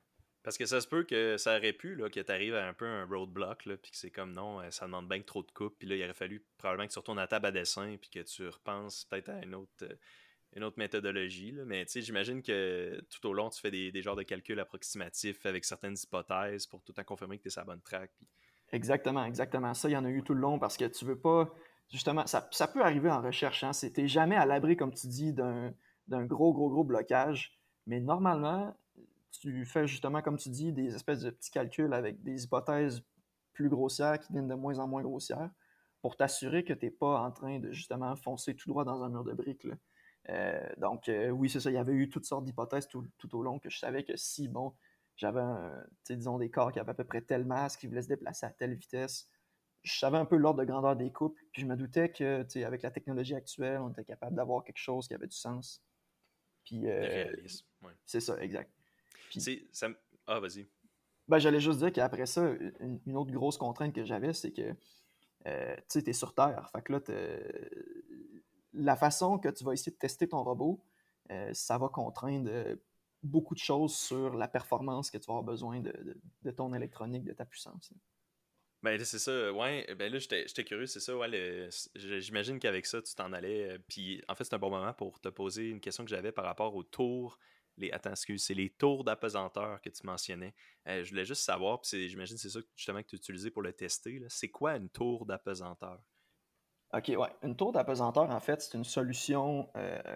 Parce que ça se peut que ça aurait pu, là, que tu arrives à un peu un roadblock, là, puis que c'est comme non, ça demande bien que trop de coupe, puis là, il aurait fallu probablement que tu retournes à la table à dessin, puis que tu repenses peut-être à une autre méthodologie, là. Mais tu sais, j'imagine que tout au long, tu fais des genres de calculs approximatifs avec certaines hypothèses pour tout le temps confirmer que tu es sur la bonne track. Puis... Exactement, exactement. Ça, il y en a eu Ouais. tout le long parce que tu veux pas. Justement, ça peut arriver en recherche. Hein. T'es jamais à l'abri, comme tu dis, d'un gros blocage. Mais normalement, tu fais justement, comme tu dis, des espèces de petits calculs avec des hypothèses plus grossières qui deviennent de moins en moins grossières pour t'assurer que tu n'es pas en train de justement foncer tout droit dans un mur de briques, là. Donc, oui, c'est ça. Il y avait eu toutes sortes d'hypothèses tout au long que je savais que si, bon, j'avais, disons, des corps qui avaient à peu près telle masse, qui voulaient se déplacer à telle vitesse. Je savais un peu l'ordre de grandeur des couples, puis je me doutais que, avec la technologie actuelle, on était capable d'avoir quelque chose qui avait du sens. Puis, De réalisme, ouais. c'est ça, exact. Puis, Ça Ah, vas-y. ben, j'allais juste dire qu'après ça, une autre grosse contrainte que j'avais, c'est que, tu sais, t'es sur Terre. Fait que là, la façon que tu vas essayer de tester ton robot, ça va contraindre beaucoup de choses sur la performance que tu vas avoir besoin de ton électronique, de ta puissance. Ben là, c'est ça, ouais. Ben là, j'étais curieux, c'est ça, ouais. J'imagine qu'avec ça, tu t'en allais. Puis en fait, c'est un bon moment pour te poser une question que j'avais par rapport aux tours. Attends, excuse, c'est les tours d'apesanteur que tu mentionnais. Je voulais juste savoir, puis j'imagine que c'est ça justement que tu utilisais pour le tester, là. C'est quoi une tour d'apesanteur? OK, ouais. Une tour d'apesanteur, en fait, c'est une solution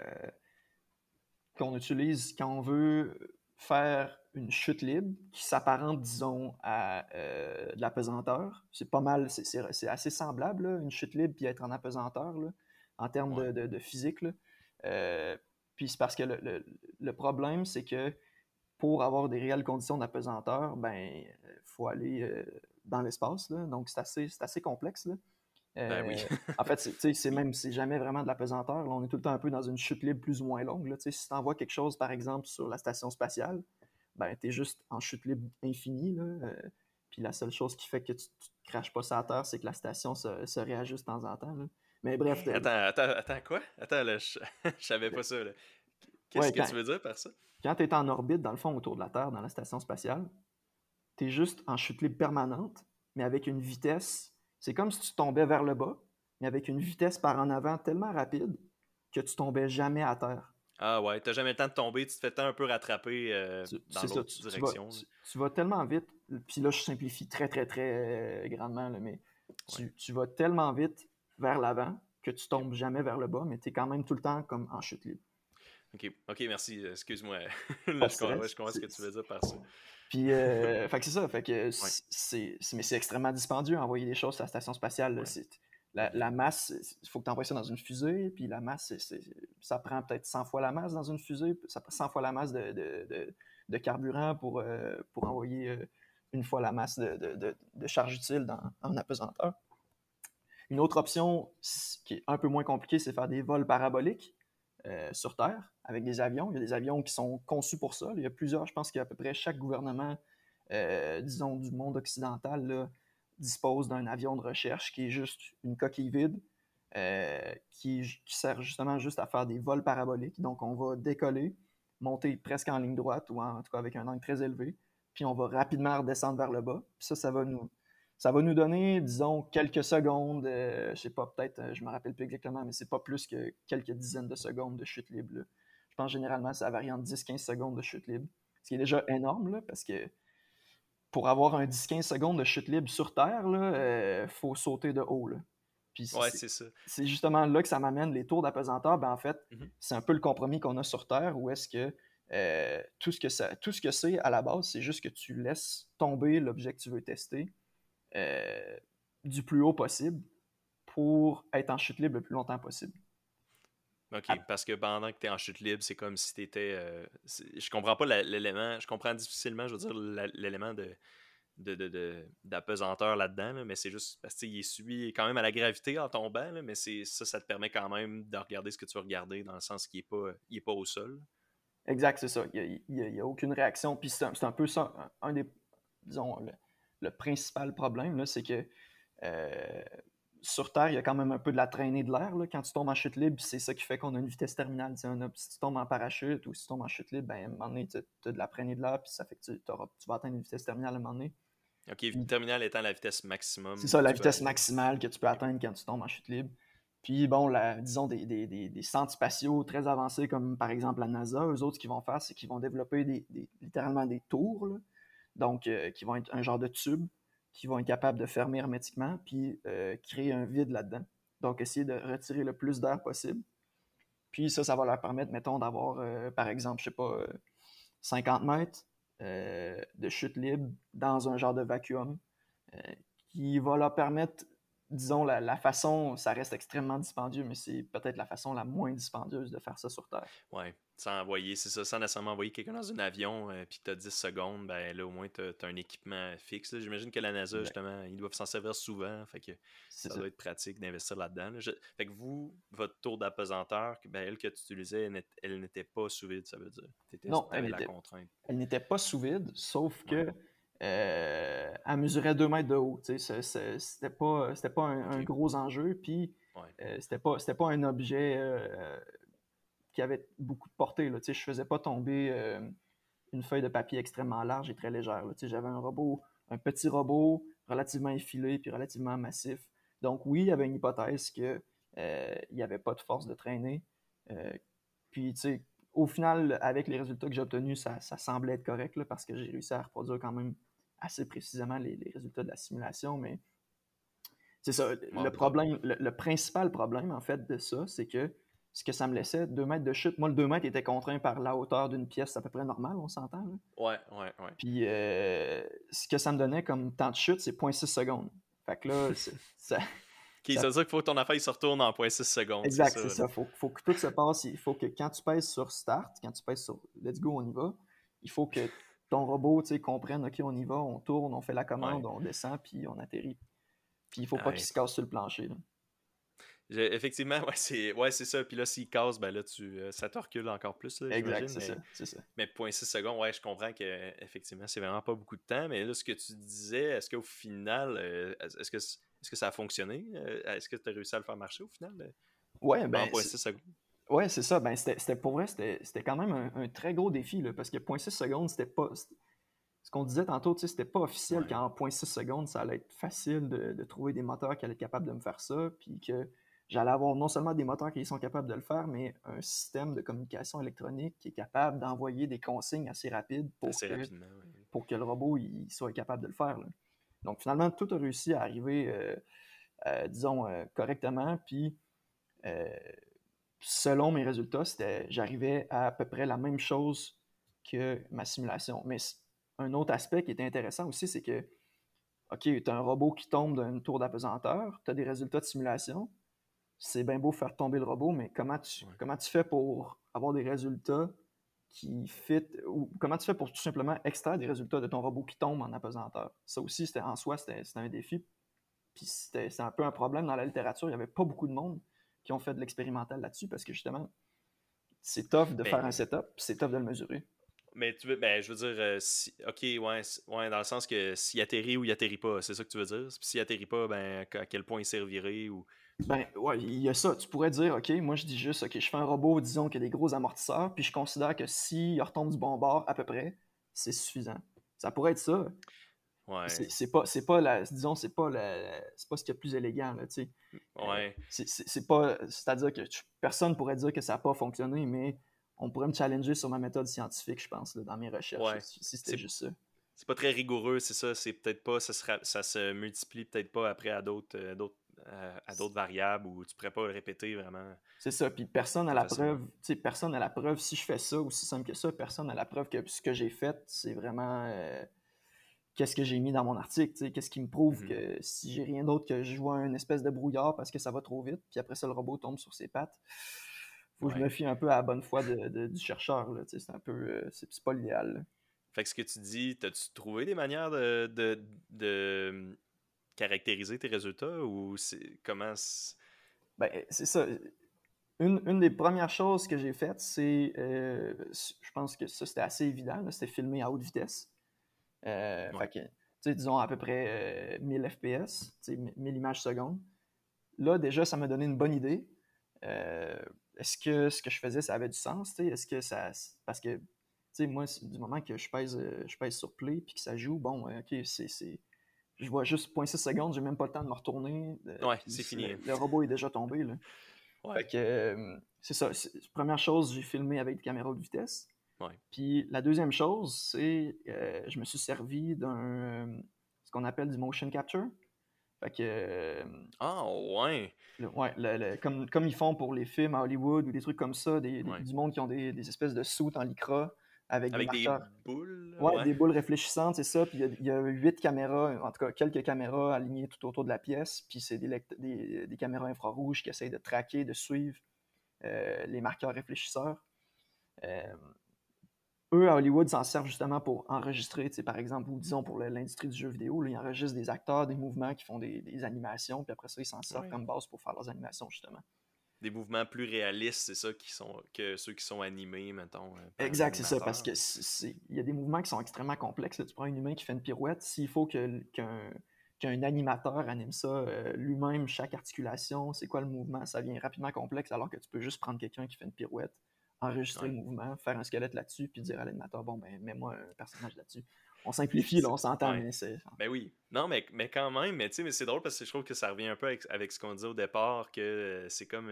qu'on utilise quand on veut faire une chute libre qui s'apparente, disons, à de l'apesanteur. C'est pas mal, c'est assez semblable, là, une chute libre puis être en apesanteur, là, en termes Ouais. de physique, là. Euh, puis c'est parce que le problème, c'est que pour avoir des réelles conditions d'apesanteur, ben, faut aller dans l'espace, là. Donc, c'est assez complexe, là. Ben oui. En fait, c'est jamais vraiment de la pesanteur. Là, on est tout le temps un peu dans une chute libre plus ou moins longue. Là. Si tu envoies quelque chose, par exemple, sur la station spatiale, ben, tu es juste en chute libre infinie. Là, puis la seule chose qui fait que tu ne craches pas sur la Terre, c'est que la station se réajuste de temps en temps. Là. Mais bref, Attends, quoi? Attends, là, je savais pas ça, là. Qu'est-ce ouais, que tu veux dire par ça? quand tu es en orbite, dans le fond, autour de la Terre, dans la station spatiale, tu es juste en chute libre permanente, mais avec une vitesse. C'est comme si tu tombais vers le bas, mais avec une vitesse par en avant tellement rapide que tu tombais jamais à terre. Ah ouais, t'as jamais le temps de tomber, tu te fais tant un peu rattraper dans C'est ça, l'autre direction. tu vas tellement vite, puis là je simplifie très grandement, là, mais Ouais. tu vas tellement vite vers l'avant que tu tombes jamais vers le bas, mais tu es quand même tout le temps comme en chute libre. Ok, merci, excuse-moi. Là, Pas de je stress. comprends ce que tu veux dire par ça. Puis, fait que c'est ça, fait que Ouais, mais c'est extrêmement dispendieux envoyer des choses à la station spatiale. Là. ouais. La masse, il faut que tu envoies ça dans une fusée, puis la masse, ça prend peut-être 100 fois la masse dans une fusée, ça prend 100 fois la masse de carburant pour envoyer une fois la masse de charge utile en apesanteur. Une autre option qui est un peu moins compliquée, c'est faire des vols paraboliques sur Terre avec des avions. Il y a des avions qui sont conçus pour ça. Il y a plusieurs, je pense qu'à peu près chaque gouvernement, disons, du monde occidental, là, dispose d'un avion de recherche qui est juste une coquille vide, qui sert justement juste à faire des vols paraboliques. Donc, on va décoller, monter presque en ligne droite ou en tout cas avec un angle très élevé, puis on va rapidement redescendre vers le bas. Puis ça va nous donner, disons, quelques secondes, je sais pas, peut-être, je me rappelle plus exactement, mais c'est pas plus que quelques dizaines de secondes de chute libre. Là. Je pense généralement ça varie entre 10-15 secondes de chute libre, ce qui est déjà énorme, là, parce que pour avoir un 10-15 secondes de chute libre sur Terre, il faut sauter de haut. Là. Puis Ouais, c'est ça. c'est justement là que ça m'amène les tours d'apesanteur. Ben, en fait, Mhm. c'est un peu le compromis qu'on a sur Terre, où est-ce que tout ce que c'est à la base, c'est juste que tu laisses tomber l'objet que tu veux tester euh, du plus haut possible pour être en chute libre le plus longtemps possible. Ok, Ah, parce que pendant que t'es en chute libre, c'est comme si t'étais. Je comprends pas l'élément. Je comprends difficilement, je veux dire, l'élément d'apesanteur là-dedans, là, mais c'est juste parce qu'il est subi quand même à la gravité en tombant, là, mais ça te permet quand même de regarder ce que tu veux regarder dans le sens qu'il est pas au sol. exact, c'est ça. Il y a aucune réaction. Puis c'est un peu ça, un des, disons, le principal problème, là, c'est que euh, sur Terre, il y a quand même un peu de la traînée de l'air. Là. Quand tu tombes en chute libre, c'est ça qui fait qu'on a une vitesse terminale. Si tu tombes en parachute ou si tu tombes en chute libre, ben, à un moment donné, tu as de la traînée de l'air, puis ça fait que tu vas atteindre une vitesse terminale à un moment donné. OK, Puis, terminal étant la vitesse c'est maximum ça, que la tu peux vitesse atteindre. maximale que tu peux atteindre quand tu tombes en chute libre. Puis bon, disons des centres spatiaux très avancés comme par exemple la NASA, eux autres, ce qu'ils vont faire, c'est qu'ils vont développer littéralement des tours, là. Donc qui vont être un genre de tube qui vont être capables de fermer hermétiquement puis créer un vide là-dedans. Donc essayer de retirer le plus d'air possible. Puis ça va leur permettre, mettons, d'avoir par exemple, je sais pas, 50 mètres de chute libre dans un genre de vacuum euh, qui va leur permettre, disons, la façon, ça reste extrêmement dispendieux, mais c'est peut-être la façon la moins dispendieuse de faire ça sur Terre. Ouais, c'est ça, sans nécessairement envoyer quelqu'un dans un avion, puis que tu as 10 secondes, ben là, au moins, tu as un équipement fixe. Là. J'imagine que la NASA, Exact. justement, ils doivent s'en servir souvent, fait que C'est ça ça. doit être pratique d'investir là-dedans. Là. Fait que vous, votre tour d'apesanteur, ben, elle que tu utilisais, elle n'était pas sous vide, ça veut dire. Tu Non, avais la contrainte. elle n'était pas sous vide, sauf Ouais, que elle mesurait 2 mètres de haut. C'était pas un ok. gros enjeu, puis Ouais, c'était pas un objet qui avait beaucoup de portée. Là. Je faisais pas tomber une feuille de papier extrêmement large et très légère. Là. J'avais un petit robot relativement effilé puis relativement massif. Donc oui, il y avait une hypothèse que il n'y avait pas de force de traînée. Euh, puis, tu sais, au final, avec les résultats que j'ai obtenus, ça semblait être correct là, parce que j'ai réussi à reproduire quand même assez précisément les résultats de la simulation. Mais c'est ça, ouais, le problème, le principal problème, en fait, de ça, c'est que ce que ça me laissait, 2 mètres de chute, moi, le 2 mètres était contraint par la hauteur d'une pièce à peu près normale, on s'entend, là. ouais, ouais, ouais. Puis, ce que ça me donnait comme temps de chute, c'est 0,6 secondes. Fait que là, Ok, ça ça veut dire qu'il faut que ton affaire il se retourne en 0,6 secondes, c'est exact, ça. c'est Là. ça. Faut que tout se passe. Il faut que quand tu pèses sur Start, quand tu pèses sur Let's go, on y va, il faut que ton robot comprenne, OK, on y va, on tourne, on fait la Ouais. commande, on descend, puis on atterrit. Puis il faut pas qu'il Ouais. se casse sur le plancher, là. Effectivement, ouais, c'est ça. Puis là, s'il casse, ben là, ça te recule encore plus, là, Exact, j'imagine. c'est ça, c'est ça. Mais 0,6 secondes, ouais, je comprends que effectivement, c'est vraiment pas beaucoup de temps. Mais là, ce que tu disais, est-ce qu'au final, est-ce que ça a fonctionné? Est-ce que tu as réussi à le faire marcher au final? Ouais, En ben, 0,6 secondes? ouais, c'est ça. Ben, pour vrai, c'était quand même un très gros défi, là, parce que 0,6 secondes, c'était pas. Ce qu'on disait tantôt, c'était pas officiel Ouais. qu'en 0,6 secondes, ça allait être facile de trouver des moteurs qui allaient être capables de me faire ça, puis que j'allais avoir non seulement des moteurs qui sont capables de le faire, mais un système de communication électronique qui est capable d'envoyer des consignes assez rapides Assez rapidement, ouais. pour que le robot il soit capable de le faire, là. Donc finalement, tout a réussi à arriver, disons, correctement, puis euh, selon mes résultats, j'arrivais à peu près la même chose que ma simulation. Mais un autre aspect qui était intéressant aussi, c'est que, OK, tu as un robot qui tombe d'une tour d'apesanteur, tu as des résultats de simulation, c'est bien beau faire tomber le robot, mais Ouais. comment tu fais pour avoir des résultats qui fit, ou comment tu fais pour tout simplement extraire des résultats de ton robot qui tombe en apesanteur? Ça aussi, en soi, c'était un défi. Puis c'était un peu un problème dans la littérature. Il n'y avait pas beaucoup de monde qui ont fait de l'expérimental là-dessus parce que justement, c'est tough de faire un Mais setup, puis c'est tough de le mesurer. ben, je veux dire, ok, ouais, ouais, dans le sens que s'il atterrit ou il atterrit pas, c'est ça que tu veux dire? Puis s'il atterrit pas, ben, à quel point il servirait ou. Ben ouais, il y a ça. Tu pourrais dire, OK, moi je dis juste, OK, je fais un robot, disons, qui a des gros amortisseurs, puis je considère que s'il retombe du bon bord à peu près, c'est suffisant. Ça pourrait être ça. Ouais. Disons, c'est pas ce qu'il y a de plus élégant, là, tu sais. Ouais. C'est pas, c'est-à-dire que personne pourrait dire que ça n'a pas fonctionné, mais on pourrait me challenger sur ma méthode scientifique, je pense, là, dans mes recherches, Ouais. si c'était C'est juste ça. c'est pas très rigoureux, c'est ça. C'est peut-être pas. Ça se multiplie peut-être pas après à d'autres variables où tu pourrais pas le répéter vraiment C'est ça, puis personne à très la facilement. preuve, tu sais, personne à la preuve, si je fais ça, aussi simple que ça, personne à la preuve que ce que j'ai fait, c'est vraiment qu'est-ce que j'ai mis dans mon article, tu sais, qu'est-ce qui me prouve Mhm. que si j'ai rien d'autre que je vois une espèce de brouillard parce que ça va trop vite, puis après ça, le robot tombe sur ses pattes. Faut que je me Ouais. fie un peu à la bonne foi du chercheur, là, tu sais, c'est un peu, c'est pas l'idéal, là. Fait que ce que tu dis, t'as-tu trouvé des manières de caractériser tes résultats ou Ben, c'est ça. Une des premières choses que j'ai faites, c'est, je pense que ça, c'était assez évident, là, c'était filmer à haute vitesse. Fait Ouais. que, tu sais, disons à peu près 1000 FPS, tu sais, 1000 images secondes. là, déjà, ça m'a donné une bonne idée. Est-ce que ce que je faisais, ça avait du sens? T'sais? Est-ce que ça. Parce que, tu sais, moi, du moment que je pèse sur play puis que ça joue, bon, ok, je vois juste 0,6 secondes, j'ai même pas le temps de me retourner, Ouais, puis c'est fini. le robot est déjà tombé, là. Fait Ouais, que, c'est ça. Première chose, j'ai filmé avec des caméras de vitesse. ouais. Puis la deuxième chose, c'est je me suis servi ce qu'on appelle du motion capture. Fait que, Ah, ouais. ouais, comme ils font pour les films à Hollywood ou des trucs comme ça, Ouais. du monde qui ont des espèces de suits en lycra avec des Avec des marqueurs. boules, Ouais, ouais. des boules réfléchissantes, c'est ça. Puis il y a 8 caméras, en tout cas quelques caméras alignées tout autour de la pièce. Puis c'est des caméras infrarouges qui essayent de traquer, de suivre les marqueurs réfléchisseurs. Euh, Eux, à Hollywood, s'en servent justement pour enregistrer, par exemple, ou disons pour l'industrie du jeu vidéo, là, ils enregistrent des acteurs, des mouvements qui font des animations, puis après ça, ils s'en servent Ouais. comme base pour faire leurs animations, justement. Des mouvements plus réalistes, c'est ça, que ceux qui sont animés, mettons, par un Exact, c'est ça, parce animateur. que il y a des mouvements qui sont extrêmement complexes. Là. Tu prends un humain qui fait une pirouette, s'il faut qu'un animateur anime ça lui-même, chaque articulation, c'est quoi le mouvement, ça devient rapidement complexe, alors que tu peux juste prendre quelqu'un qui fait une pirouette, enregistrer le Ouais, mouvement, faire un squelette là-dessus, puis dire à l'animateur, bon, ben, mets-moi un personnage là-dessus. On c'est, simplifie, là, c'est- on s'entend, ouais. mais c'est. Ben oui. Non, mais quand même, mais tu sais, mais c'est drôle parce que je trouve que ça revient un peu avec ce qu'on disait au départ, que c'est comme,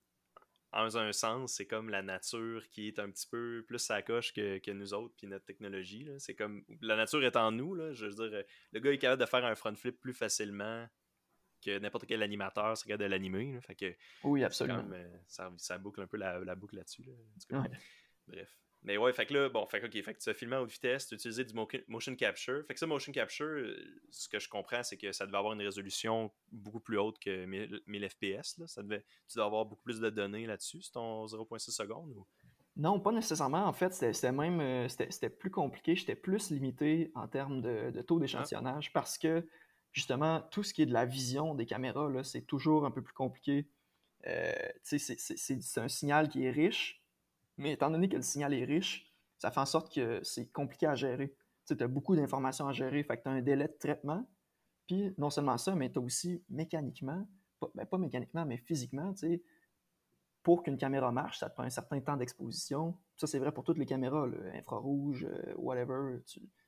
en un sens, c'est comme la nature qui est un petit peu plus sa coche que nous autres, puis notre technologie, là. C'est comme, la nature est en nous, là. Je veux dire, le gars est capable de faire un front flip plus facilement que n'importe quel animateur serait capable de l'animer, là. Fait que Oui, c'est quand absolument. même, ça boucle un peu la boucle là-dessus, là. En tout cas. Ouais. Bref. Mais ouais, fait que là, bon, fait que, ok, fait que tu as filmé à haute vitesse, tu as utilisé du motion capture. Fait que ça, motion capture, ce que je comprends, c'est que ça devait avoir une résolution beaucoup plus haute que 1000 FPS, là. Tu dois avoir beaucoup plus de données là-dessus, c'est ton 0,6 secondes ou... Non, pas nécessairement. En fait, c'était même c'était plus compliqué. J'étais plus limité en termes de taux Ah, d'échantillonnage parce que justement, tout ce qui est de la vision des caméras, là, c'est toujours un peu plus compliqué. Tu sais, c'est un signal qui est riche, mais étant donné que le signal est riche, ça fait en sorte que c'est compliqué à gérer. Tu as beaucoup d'informations à gérer, fait que tu as un délai de traitement. Puis non seulement ça, mais tu as aussi mécaniquement, pas mécaniquement, mais physiquement, tu sais, pour qu'une caméra marche, ça te prend un certain temps d'exposition. Ça, c'est vrai pour toutes les caméras, là, infrarouge, whatever,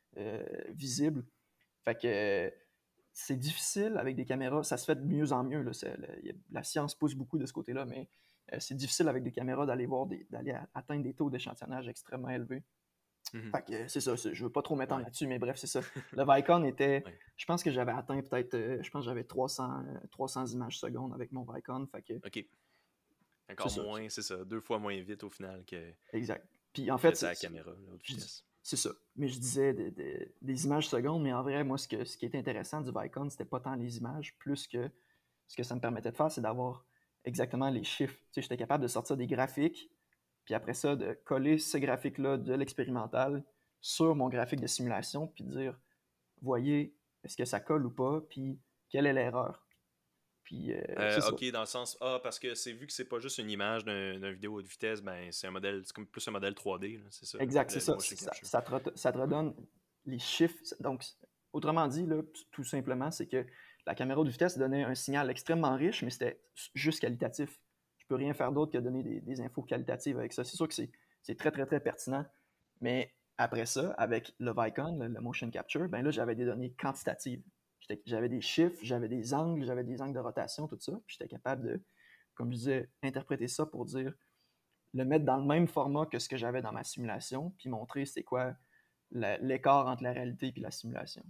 visible. Fait que c'est difficile avec des caméras. Ça se fait de mieux en mieux. Là, la science pousse beaucoup de ce côté-là, mais c'est difficile avec des caméras d'aller atteindre des taux d'échantillonnage extrêmement élevés. mhm. Fait que c'est ça. Je veux pas trop m'étendre Ouais, là-dessus, mais bref, c'est ça. Le Vicon était. ouais, Je pense que j'avais atteint peut-être. Je pense que j'avais 300 images secondes avec mon Vicon. Fait que ok. c'est Encore ça. moins, c'est ça, 2 fois moins vite au final Exact. Puis en que fait, ta caméra, là, haute vitesse. c'est ça. Mais je disais des images secondes, mais en vrai, moi, ce qui est intéressant du Vicon, c'était pas tant les images, plus que ce que ça me permettait de faire, c'est d'avoir exactement les chiffres. Tu sais, j'étais capable de sortir des graphiques, puis après ça, de coller ce graphique-là de l'expérimental sur mon graphique de simulation, puis de dire, voyez, est-ce que ça colle ou pas, puis quelle est l'erreur. Puis c'est ça. Ok, dans le sens, parce que c'est vu que c'est pas juste une image d'un vidéo haute vitesse, ben c'est un modèle, c'est comme plus un modèle 3D, là, c'est ça, Exact, c'est le ça. motion capture. Ça te redonne les chiffres. Donc, autrement dit, là, tout simplement, c'est que la caméra de vitesse donnait un signal extrêmement riche, mais c'était juste qualitatif. Je peux rien faire d'autre que donner des infos qualitatives avec ça. C'est sûr que c'est très, très, très pertinent. Mais après ça, avec le Vicon, le motion capture, ben là, j'avais des données quantitatives. J'avais des chiffres, j'avais des angles de rotation, tout ça. Puis j'étais capable de, comme je disais, interpréter ça pour dire le mettre dans le même format que ce que j'avais dans ma simulation, puis montrer c'est quoi l'écart entre la réalité et la simulation.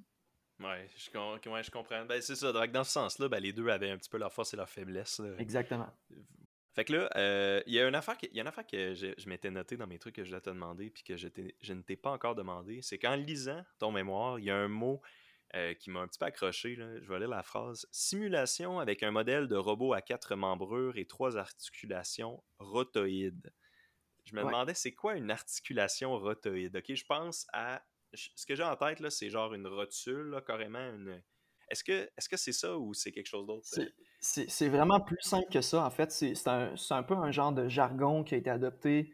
Ouais, je comprends. Ben, c'est ça. Donc, dans ce sens-là, ben, les deux avaient un petit peu leur force et leur faiblesse, là. Exactement. Fait que là, il y a une affaire que je m'étais noté dans mes trucs que je dois te demander, puis que je ne t'ai pas encore demandé. C'est qu'en lisant ton mémoire, il y a un mot qui m'a un petit peu accroché, là. Je vais lire la phrase. Simulation avec un modèle de robot à 4 membrures et 3 articulations rotoïdes. Je me Ouais. demandais, c'est quoi une articulation rotoïde? Ok, je pense à. Ce que j'ai en tête, là, c'est genre une rotule, là, carrément. Est-ce que c'est ça ou c'est quelque chose d'autre? C'est vraiment plus simple que ça, en fait. C'est un peu un genre de jargon qui a été adopté.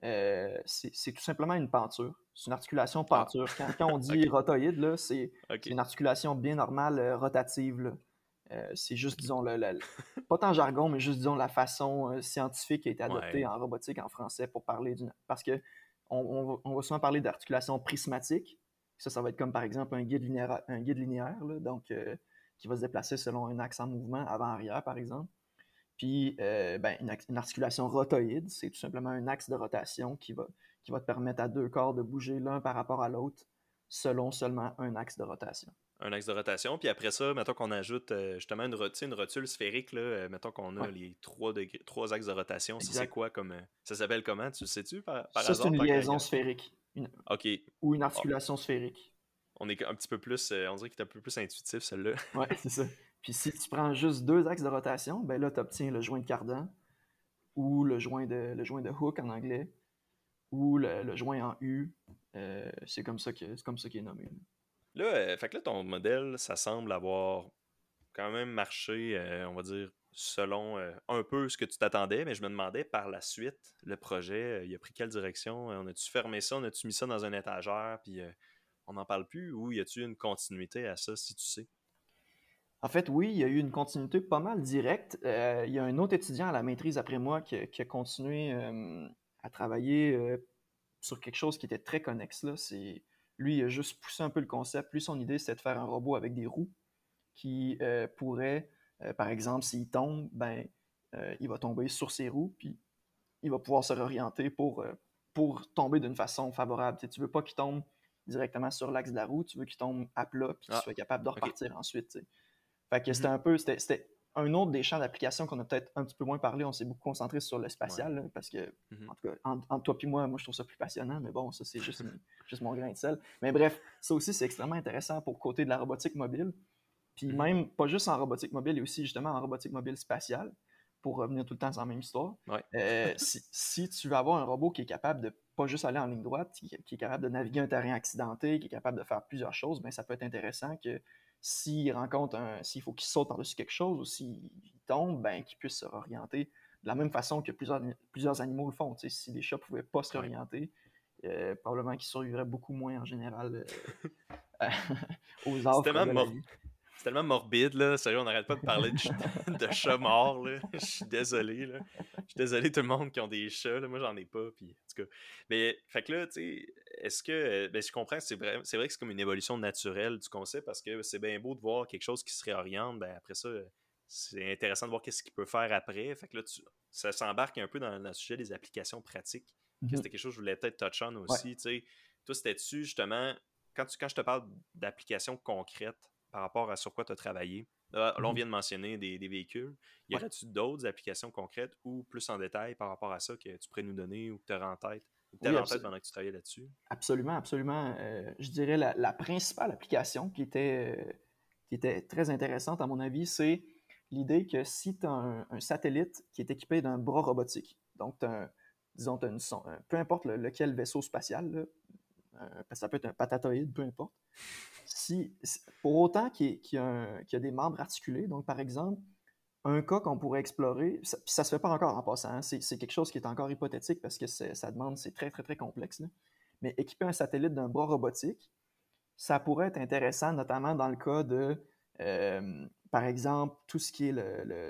C'est tout simplement une penture. C'est une articulation Ah, penture. Quand on dit ok, rotoïde, là, c'est ok. une articulation bien normale rotative. Là. C'est juste, disons, pas tant jargon, mais juste, disons, la façon scientifique qui a été adoptée Ouais. en robotique en français pour parler d'une... Parce que on va souvent parler d'articulation prismatique. Ça va être comme, par exemple, un guide linéaire, là, donc qui va se déplacer selon un axe en mouvement, avant-arrière, par exemple. Puis, une articulation rotoïde, c'est tout simplement un axe de rotation qui va te permettre à deux corps de bouger l'un par rapport à l'autre selon seulement un axe de rotation. Un axe de rotation. Puis après ça, mettons qu'on ajoute justement une rotule sphérique, là, mettons qu'on a Ouais, les trois axes de rotation. Ça, c'est exact. quoi comme. Ça s'appelle comment? Tu le sais-tu par Ça, c'est hasard, une tant qu'à liaison regarder? sphérique Ok. ou une Oh, articulation sphérique. on est un petit peu plus. On dirait qu'il est un peu plus intuitif, celle-là. Ouais, c'est ça. Puis si tu prends juste deux axes de rotation, ben là, tu obtiens le joint de cardan ou le joint de Hooke en anglais ou le joint en U. C'est comme ça qu'il est nommé. Là, fait que là, ton modèle, ça semble avoir quand même marché, on va dire, selon un peu ce que tu t'attendais, mais je me demandais par la suite, le projet, il a pris quelle direction? On a-tu fermé ça? On a-tu mis ça dans une étagère? Puis on n'en parle plus? Ou y a-tu une continuité à ça, si tu sais? En fait, oui, il y a eu une continuité pas mal directe. Il y a un autre étudiant à la maîtrise après moi qui a continué à travailler sur quelque chose qui était très connexe. Là. Lui, il a juste poussé un peu le concept. Lui, son idée, c'était de faire un robot avec des roues qui pourrait, par exemple, s'il tombe, il va tomber sur ses roues, puis il va pouvoir se réorienter pour tomber d'une façon favorable. Tu ne veux pas qu'il tombe directement sur l'axe de la roue, tu veux qu'il tombe à plat, puis qu'il Ah, soit capable de ok. repartir ensuite. Tu sais. Fait que Mhm. c'était un autre des champs d'application qu'on a peut-être un petit peu moins parlé. On s'est beaucoup concentré sur le Ouais. spatial, là, parce que, Mhm. en tout cas, entre toi et moi, je trouve ça plus passionnant, mais bon, ça, c'est juste mon grain de sel. Mais bref, ça aussi, c'est extrêmement intéressant pour côté de la robotique mobile. Puis Mhm. même, pas juste en robotique mobile, et aussi justement en robotique mobile spatiale, pour revenir tout le temps sur la même histoire. Ouais. Si tu veux avoir un robot qui est capable de pas juste aller en ligne droite, qui est capable de naviguer un terrain accidenté, qui est capable de faire plusieurs choses, ben ça peut être intéressant que s'il faut qu'il saute par-dessus quelque chose ou s'il tombe, ben qu'il puisse se réorienter de la même façon que plusieurs animaux le font. Tu sais, si les chats ne pouvaient pas se Ouais. réorienter, probablement qu'ils survivraient beaucoup moins en général aux C'est affres tellement de la vie. C'est tellement morbide, là. Sérieux, on n'arrête pas de parler de chats morts, là. Je suis désolé, là. Je suis désolé tout le monde qui ont des chats, là. Moi, j'en ai pas, puis en tout cas. Mais, fait que là, tu sais, est-ce que... ben, je comprends que c'est vrai que c'est comme une évolution naturelle du concept, parce que c'est bien beau de voir quelque chose qui se réoriente, ben après ça, c'est intéressant de voir qu'est-ce qu'il peut faire après. Fait que là, ça s'embarque un peu dans le sujet des applications pratiques, que Mhm. c'était quelque chose que je voulais peut-être touch on Ouais. aussi, tu sais. Toi, c'était-tu, justement, quand je te parle d'applications concrètes, par rapport à sur quoi tu as travaillé. Là, on Mhm. vient de mentionner des véhicules. Y Ouais. aurait-tu d'autres applications concrètes ou plus en détail par rapport à ça que tu pourrais nous donner ou que tu aurais en tête ou que tu Oui, avais en tête pendant que tu travaillais là-dessus? absolument, absolument. Je dirais la principale application qui était très intéressante, à mon avis, c'est l'idée que si tu as un satellite qui est équipé d'un bras robotique, donc disons, peu importe lequel vaisseau spatial, là, ça peut être un patatoïde, peu importe, pour autant qu'il y a des membres articulés, donc par exemple, un cas qu'on pourrait explorer, puis ça se fait pas encore en passant, hein, c'est quelque chose qui est encore hypothétique parce que c'est très, très, très complexe, là. Mais équiper un satellite d'un bras robotique, ça pourrait être intéressant, notamment dans le cas de, par exemple, tout ce qui est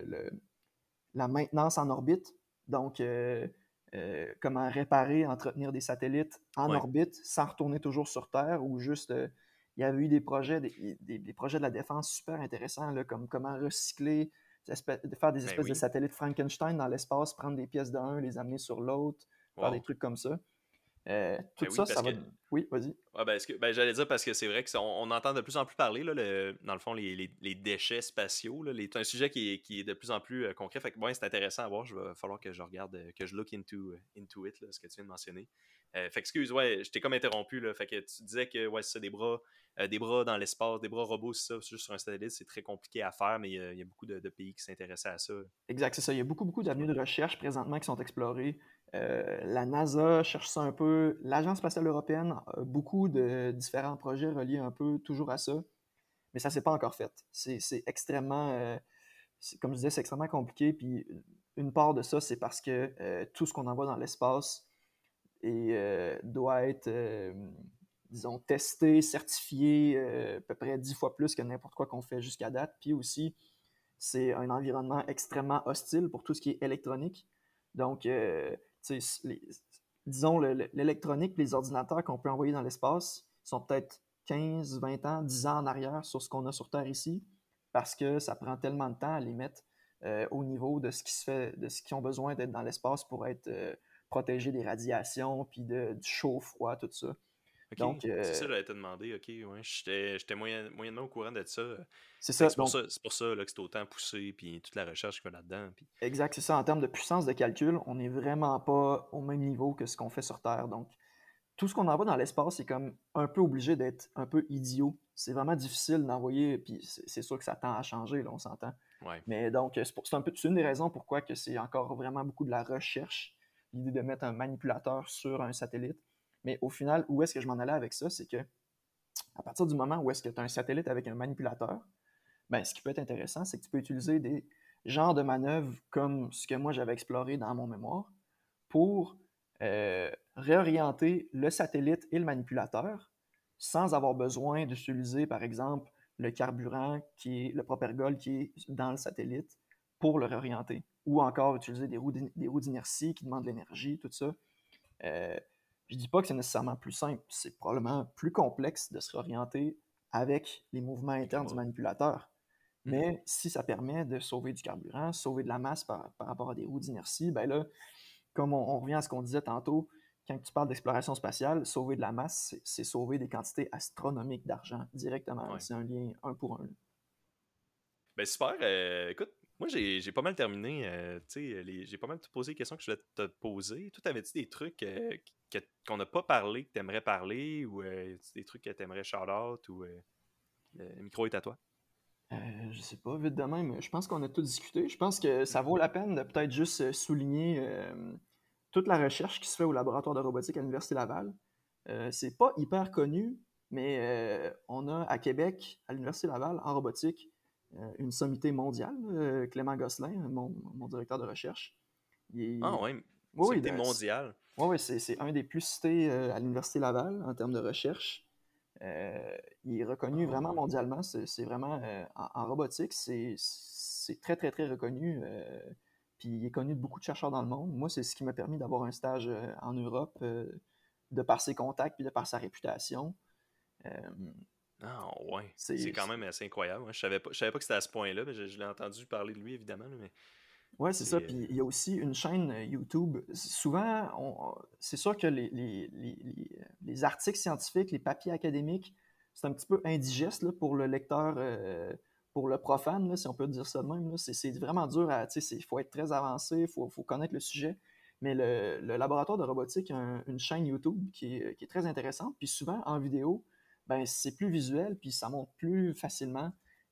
la maintenance en orbite. Donc, comment réparer, entretenir des satellites en Ouais. orbite sans retourner toujours sur Terre ou juste. Il y avait eu des projets, des projets de la défense super intéressants, là, comme comment recycler, de faire des Ben espèces de oui. satellites Frankenstein dans l'espace, prendre des pièces d'un, les amener sur l'autre, faire des Wow. trucs comme ça. Tout Ben oui, ça, ça parce que va. Oui, vas-y. ouais, ben, j'allais dire parce que c'est vrai qu'on entend de plus en plus parler, là, dans le fond, les déchets spatiaux. Là, c'est un sujet qui est de plus en plus concret. Fait que ouais, c'est intéressant à voir. Il va falloir que je regarde, que je look into it, là, ce que tu viens de mentionner. Fait que excuse, ouais, je t'ai comme interrompu. Là, fait que tu disais que ouais, c'est ça, des bras dans l'espace, des bras robots, c'est ça, juste sur un satellite, c'est très compliqué à faire, mais il y a beaucoup de pays qui s'intéressaient à ça. Exact, c'est ça. Il y a beaucoup, beaucoup Excuse-moi. d'avenues de recherche présentement qui sont explorées. La NASA cherche ça un peu. L'Agence spatiale européenne a beaucoup de différents projets reliés un peu toujours à ça, mais ça ne s'est pas encore fait. C'est extrêmement, comme je disais, c'est extrêmement compliqué. Puis une part de ça, c'est parce que tout ce qu'on envoie dans l'espace doit être, disons, testé, certifié à peu près 10 fois plus que n'importe quoi qu'on fait jusqu'à date. Puis aussi, c'est un environnement extrêmement hostile pour tout ce qui est électronique. Donc, disons, l'électronique, les ordinateurs qu'on peut envoyer dans l'espace sont peut-être 15, 20 ans, 10 ans en arrière sur ce qu'on a sur Terre ici, parce que ça prend tellement de temps à les mettre au niveau de ce qui se fait, de ce qu'ils ont besoin d'être dans l'espace pour être protégés des radiations, puis du chaud, froid, tout ça. OK. Donc, C'est ça, j'allais te demander. OK, ouais. J'étais moyennement au courant de ça. c'est Fait ça. que Donc, c'est pour ça là, que c'est autant poussé, puis toute la recherche qu'il y a là-dedans. Puis... exact, c'est ça. En termes de puissance de calcul, on n'est vraiment pas au même niveau que ce qu'on fait sur Terre. Donc, tout ce qu'on envoie dans l'espace est comme un peu obligé d'être un peu idiot. C'est vraiment difficile d'envoyer, puis c'est sûr que ça tend à changer, là, on s'entend. Ouais. Mais donc, c'est une des raisons pourquoi que c'est encore vraiment beaucoup de la recherche, l'idée de mettre un manipulateur sur un satellite. Mais au final, où est-ce que je m'en allais avec ça? C'est que à partir du moment où est-ce que tu as un satellite avec un manipulateur, ben, ce qui peut être intéressant, c'est que tu peux utiliser des genres de manœuvres comme ce que moi j'avais exploré dans mon mémoire pour réorienter le satellite et le manipulateur sans avoir besoin d'utiliser, par exemple, le carburant qui est le propergol qui est dans le satellite pour le réorienter. Ou encore utiliser des roues d'inertie qui demandent de l'énergie, tout ça. Euh, je ne dis pas que c'est nécessairement plus simple, c'est probablement plus complexe de se réorienter avec les mouvements internes du manipulateur. Mais si ça permet de sauver du carburant, sauver de la masse par rapport à des roues d'inertie, ben là, comme on revient à ce qu'on disait tantôt, quand tu parles d'exploration spatiale, sauver de la masse, c'est sauver des quantités astronomiques d'argent directement. Ouais. C'est un lien un pour un. Ben super. Écoute, moi j'ai pas mal terminé. J'ai pas mal tout posé les questions que je voulais te poser. Toi, t'avais-tu des trucs qu'on n'a pas parlé, que t'aimerais parler, ou des trucs que t'aimerais shout-out, ou le micro est à toi? Je sais pas, vite de même, je pense qu'on a tout discuté. Je pense que ça vaut la peine de peut-être juste souligner toute la recherche qui se fait au laboratoire de robotique à l'Université Laval. C'est pas hyper connu, mais on a à Québec, à l'Université Laval, en robotique, une sommité mondiale. Clément Gosselin, mon directeur de recherche. Il est... Ah ouais, Oui, oui, sommité mondiale. oui, c'est un des plus cités à l'Université Laval en termes de recherche. Il est reconnu Ah vraiment ouais. mondialement. C'est vraiment en robotique, c'est très, très, très reconnu. Puis il est connu de beaucoup de chercheurs dans le monde. Moi, c'est ce qui m'a permis d'avoir un stage en Europe, de par ses contacts puis de par sa réputation. Euh, Ah ouais. C'est c'est, quand même assez incroyable. Moi, je savais pas que c'était à ce point-là, mais je l'ai entendu parler de lui, évidemment, là, mais Ouais, c'est ça. c'est. Puis il y a aussi une chaîne YouTube. Souvent, c'est sûr que les articles scientifiques, les papiers académiques, c'est un petit peu indigeste là, pour le lecteur, pour le profane, là, si on peut dire ça de même. Là. C'est vraiment dur à. Il faut être très avancé, faut connaître le sujet. Mais le laboratoire de robotique a une chaîne YouTube qui est très intéressante. Puis souvent, en vidéo, ben, c'est plus visuel, puis ça montre plus facilement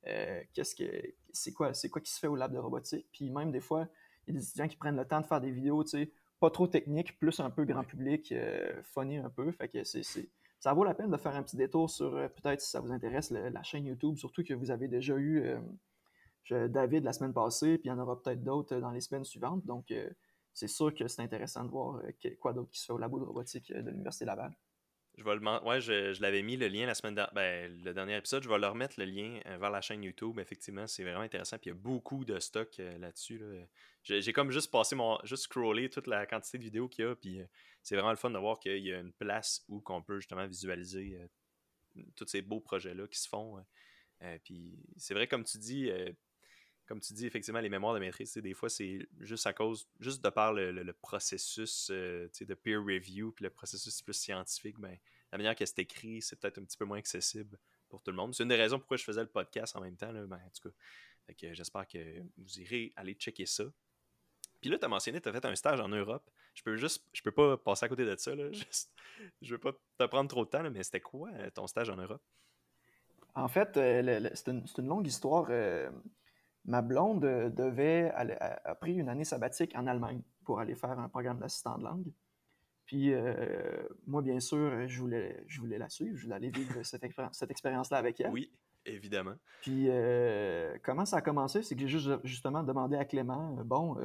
c'est quoi qui se fait au lab de robotique. Puis même des fois, il y a des étudiants qui prennent le temps de faire des vidéos, tu sais, pas trop techniques, plus un peu grand Ouais. public, funny un peu. Fait que ça vaut la peine de faire un petit détour sur, peut-être si ça vous intéresse, la chaîne YouTube, surtout que vous avez déjà eu David la semaine passée, puis il y en aura peut-être d'autres dans les semaines suivantes. Donc, c'est sûr que c'est intéressant de voir quoi d'autre qui se fait au labo de robotique de l'Université Laval. Ouais, je l'avais mis le lien la semaine dernière. Ben, le dernier épisode, je vais leur remettre le lien vers la chaîne YouTube. Effectivement, c'est vraiment intéressant. Puis il y a beaucoup de stock là-dessus. Là. J'ai comme juste juste scrollé toute la quantité de vidéos qu'il y a. Puis c'est vraiment le fun de voir qu'il y a une place où qu'on peut justement visualiser tous ces beaux projets-là qui se font. Puis c'est vrai, comme tu dis, effectivement, les mémoires de maîtrise, des fois, c'est juste à cause, juste de par le processus de peer review, puis le processus plus scientifique, ben, la manière que c'est écrit, c'est peut-être un petit peu moins accessible pour tout le monde. C'est une des raisons pourquoi je faisais le podcast en même temps, là, ben, en tout cas. Fait que j'espère que vous irez aller checker ça. Puis là, tu as mentionné que tu as fait un stage en Europe. Je peux pas passer à côté de ça, là. Je veux pas te prendre trop de temps, là, mais c'était quoi ton stage en Europe? En fait, c'est une longue histoire. Ma blonde a pris une année sabbatique en Allemagne pour aller faire un programme d'assistant de langue. Puis moi, bien sûr, je voulais la suivre, je voulais aller vivre cette expérience-là avec elle. Oui, évidemment. Puis comment ça a commencé? C'est que j'ai justement demandé à Clément, bon,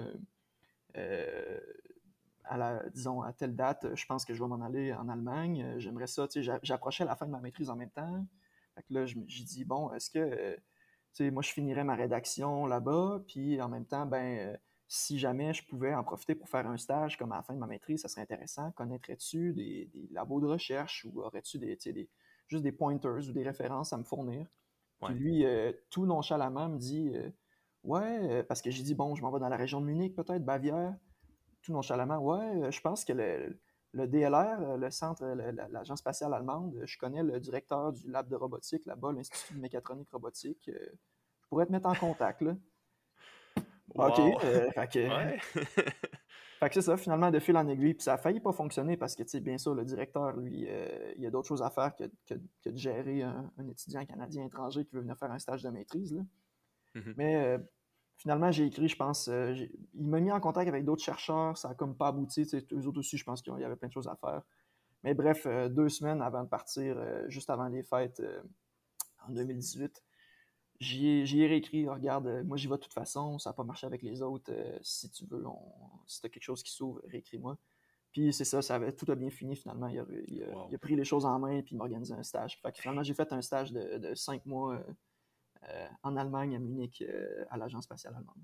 disons, à telle date, je pense que je vais m'en aller en Allemagne. J'aimerais ça, tu sais, j'approchais la fin de ma maîtrise en même temps. Fait que là, j'ai dit, bon, est-ce que tu sais, moi, je finirais ma rédaction là-bas, puis en même temps, ben, si jamais je pouvais en profiter pour faire un stage comme à la fin de ma maîtrise, ça serait intéressant. Connaîtrais-tu des labos de recherche ou aurais-tu juste des pointers ou des références à me fournir? Puis Ouais. lui, tout nonchalamment, me dit ouais, parce que j'ai dit, bon, je m'en vais dans la région de Munich, peut-être, Bavière. Tout nonchalamment, ouais, je pense que le DLR, le centre, l'agence spatiale allemande, je connais le directeur du lab de robotique là-bas, l'Institut de mécatronique robotique. Je pourrais te mettre en contact, là. OK, Wow! fait que, Ouais! fait que c'est ça, finalement, de fil en aiguille. Puis ça a failli pas fonctionner parce que, tu sais, bien sûr, le directeur, lui, il y a d'autres choses à faire que de gérer un étudiant canadien étranger qui veut venir faire un stage de maîtrise, là. Mhm. Mais finalement, j'ai écrit, je pense, il m'a mis en contact avec d'autres chercheurs, ça a comme pas abouti. Eux autres aussi, je pense qu'il y avait plein de choses à faire. Mais bref, 2 semaines avant de partir, juste avant les fêtes en 2018, j'y ai réécrit, regarde, moi j'y vais de toute façon, ça n'a pas marché avec les autres. Si tu veux, si tu as quelque chose qui s'ouvre, réécris-moi. Puis c'est ça, tout a bien fini finalement. Il Wow. a pris les choses en main et puis il m'a organisé un stage. Fait que finalement, j'ai fait un stage de 5 mois en Allemagne, à Munich, à l'Agence spatiale allemande.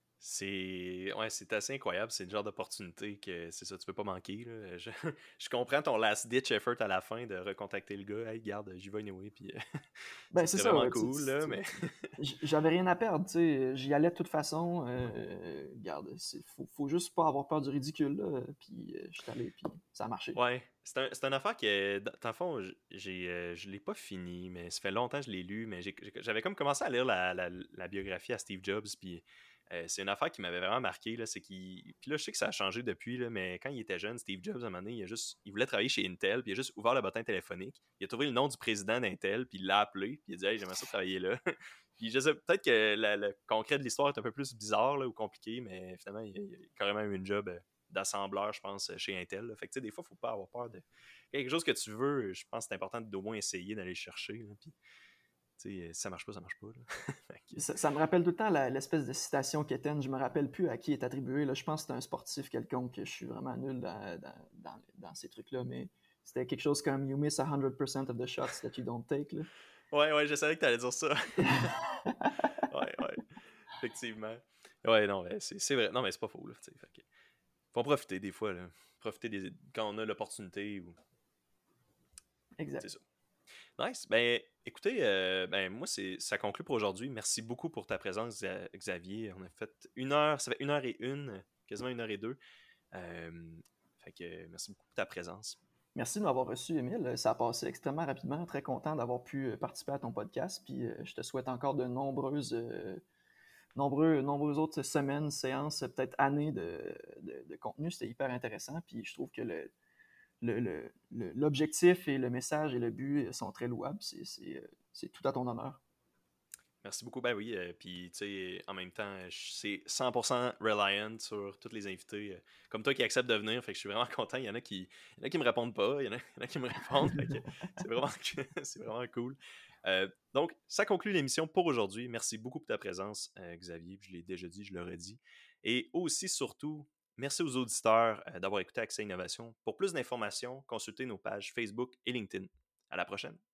C'est assez incroyable. C'est le genre d'opportunité que c'est ça, tu peux pas manquer. Là. Je comprends ton last ditch effort à la fin de recontacter le gars. Hey, garde, j'y vais anyway. Puis Ben, ça c'est serait ça, vraiment cool, là, mais j'avais rien à perdre, tu sais, j'y allais de toute façon. Regarde, faut juste pas avoir peur du ridicule, là. Puis je suis allé, puis ça a marché. ouais. C'est une affaire que, dans le fond, je l'ai pas fini, mais ça fait longtemps que je l'ai lu, mais j'avais comme commencé à lire la biographie à Steve Jobs, puis c'est une affaire qui m'avait vraiment marqué, là, c'est qu'il... Puis là, je sais que ça a changé depuis, là, mais quand il était jeune, Steve Jobs, à un moment donné, il voulait travailler chez Intel, puis il a juste ouvert le bottin téléphonique, il a trouvé le nom du président d'Intel, puis il l'a appelé, puis il a dit « Hey, j'aimerais ça travailler là. » Puis je sais, peut-être que le concret de l'histoire est un peu plus bizarre là, ou compliqué, mais finalement, il a carrément eu une job d'assembleur, je pense, chez Intel. Là. Fait que, tu sais, des fois, il faut pas avoir peur de quelque chose que tu veux. Je pense que c'est important d'au moins essayer d'aller le chercher. Là, puis, tu sais, si ça marche pas, ça marche pas. Là. Fait que, Ça me rappelle tout le temps l'espèce de citation quétaine. Je me rappelle plus à qui est attribué. Là. Je pense que c'est un sportif quelconque. Je suis vraiment nul dans ces trucs-là, mais c'était quelque chose comme You miss 100% of the shots that you don't take. Là. ouais, je savais que t'allais dire ça. ouais, effectivement. Ouais, non, mais c'est vrai. Non, mais c'est pas faux. Là, fait que, faut en profiter des fois. Là. Profiter quand on a l'opportunité. Ou... C'est Exact. ça. Nice. Ben, écoutez, ben, moi, ça conclut pour aujourd'hui. Merci beaucoup pour ta présence, Xavier. On a fait 1 heure, ça fait 1 heure et 1, quasiment 1 heure et 2. Fait que merci beaucoup pour ta présence. Merci de m'avoir reçu, Émile. Ça a passé extrêmement rapidement. Très content d'avoir pu participer à ton podcast. Puis je te souhaite encore de nombreuses autres semaines, séances, peut-être années de contenu. C'était hyper intéressant. Puis je trouve que l'objectif et le message et le but sont très louables. C'est tout à ton honneur. Merci beaucoup. Ben oui, puis tu sais, en même temps, c'est 100% reliant sur tous les invités comme toi qui acceptent de venir. Fait que je suis vraiment content. Il y en a qui me répondent pas, il y en a qui me répondent. Fait que c'est vraiment, c'est vraiment cool. Donc, ça conclut l'émission pour aujourd'hui. Merci beaucoup pour ta présence, Xavier. Puis je l'ai déjà dit, je l'aurais dit. Et aussi, surtout, merci aux auditeurs d'avoir écouté Accès Innovation. Pour plus d'informations, consultez nos pages Facebook et LinkedIn. À la prochaine.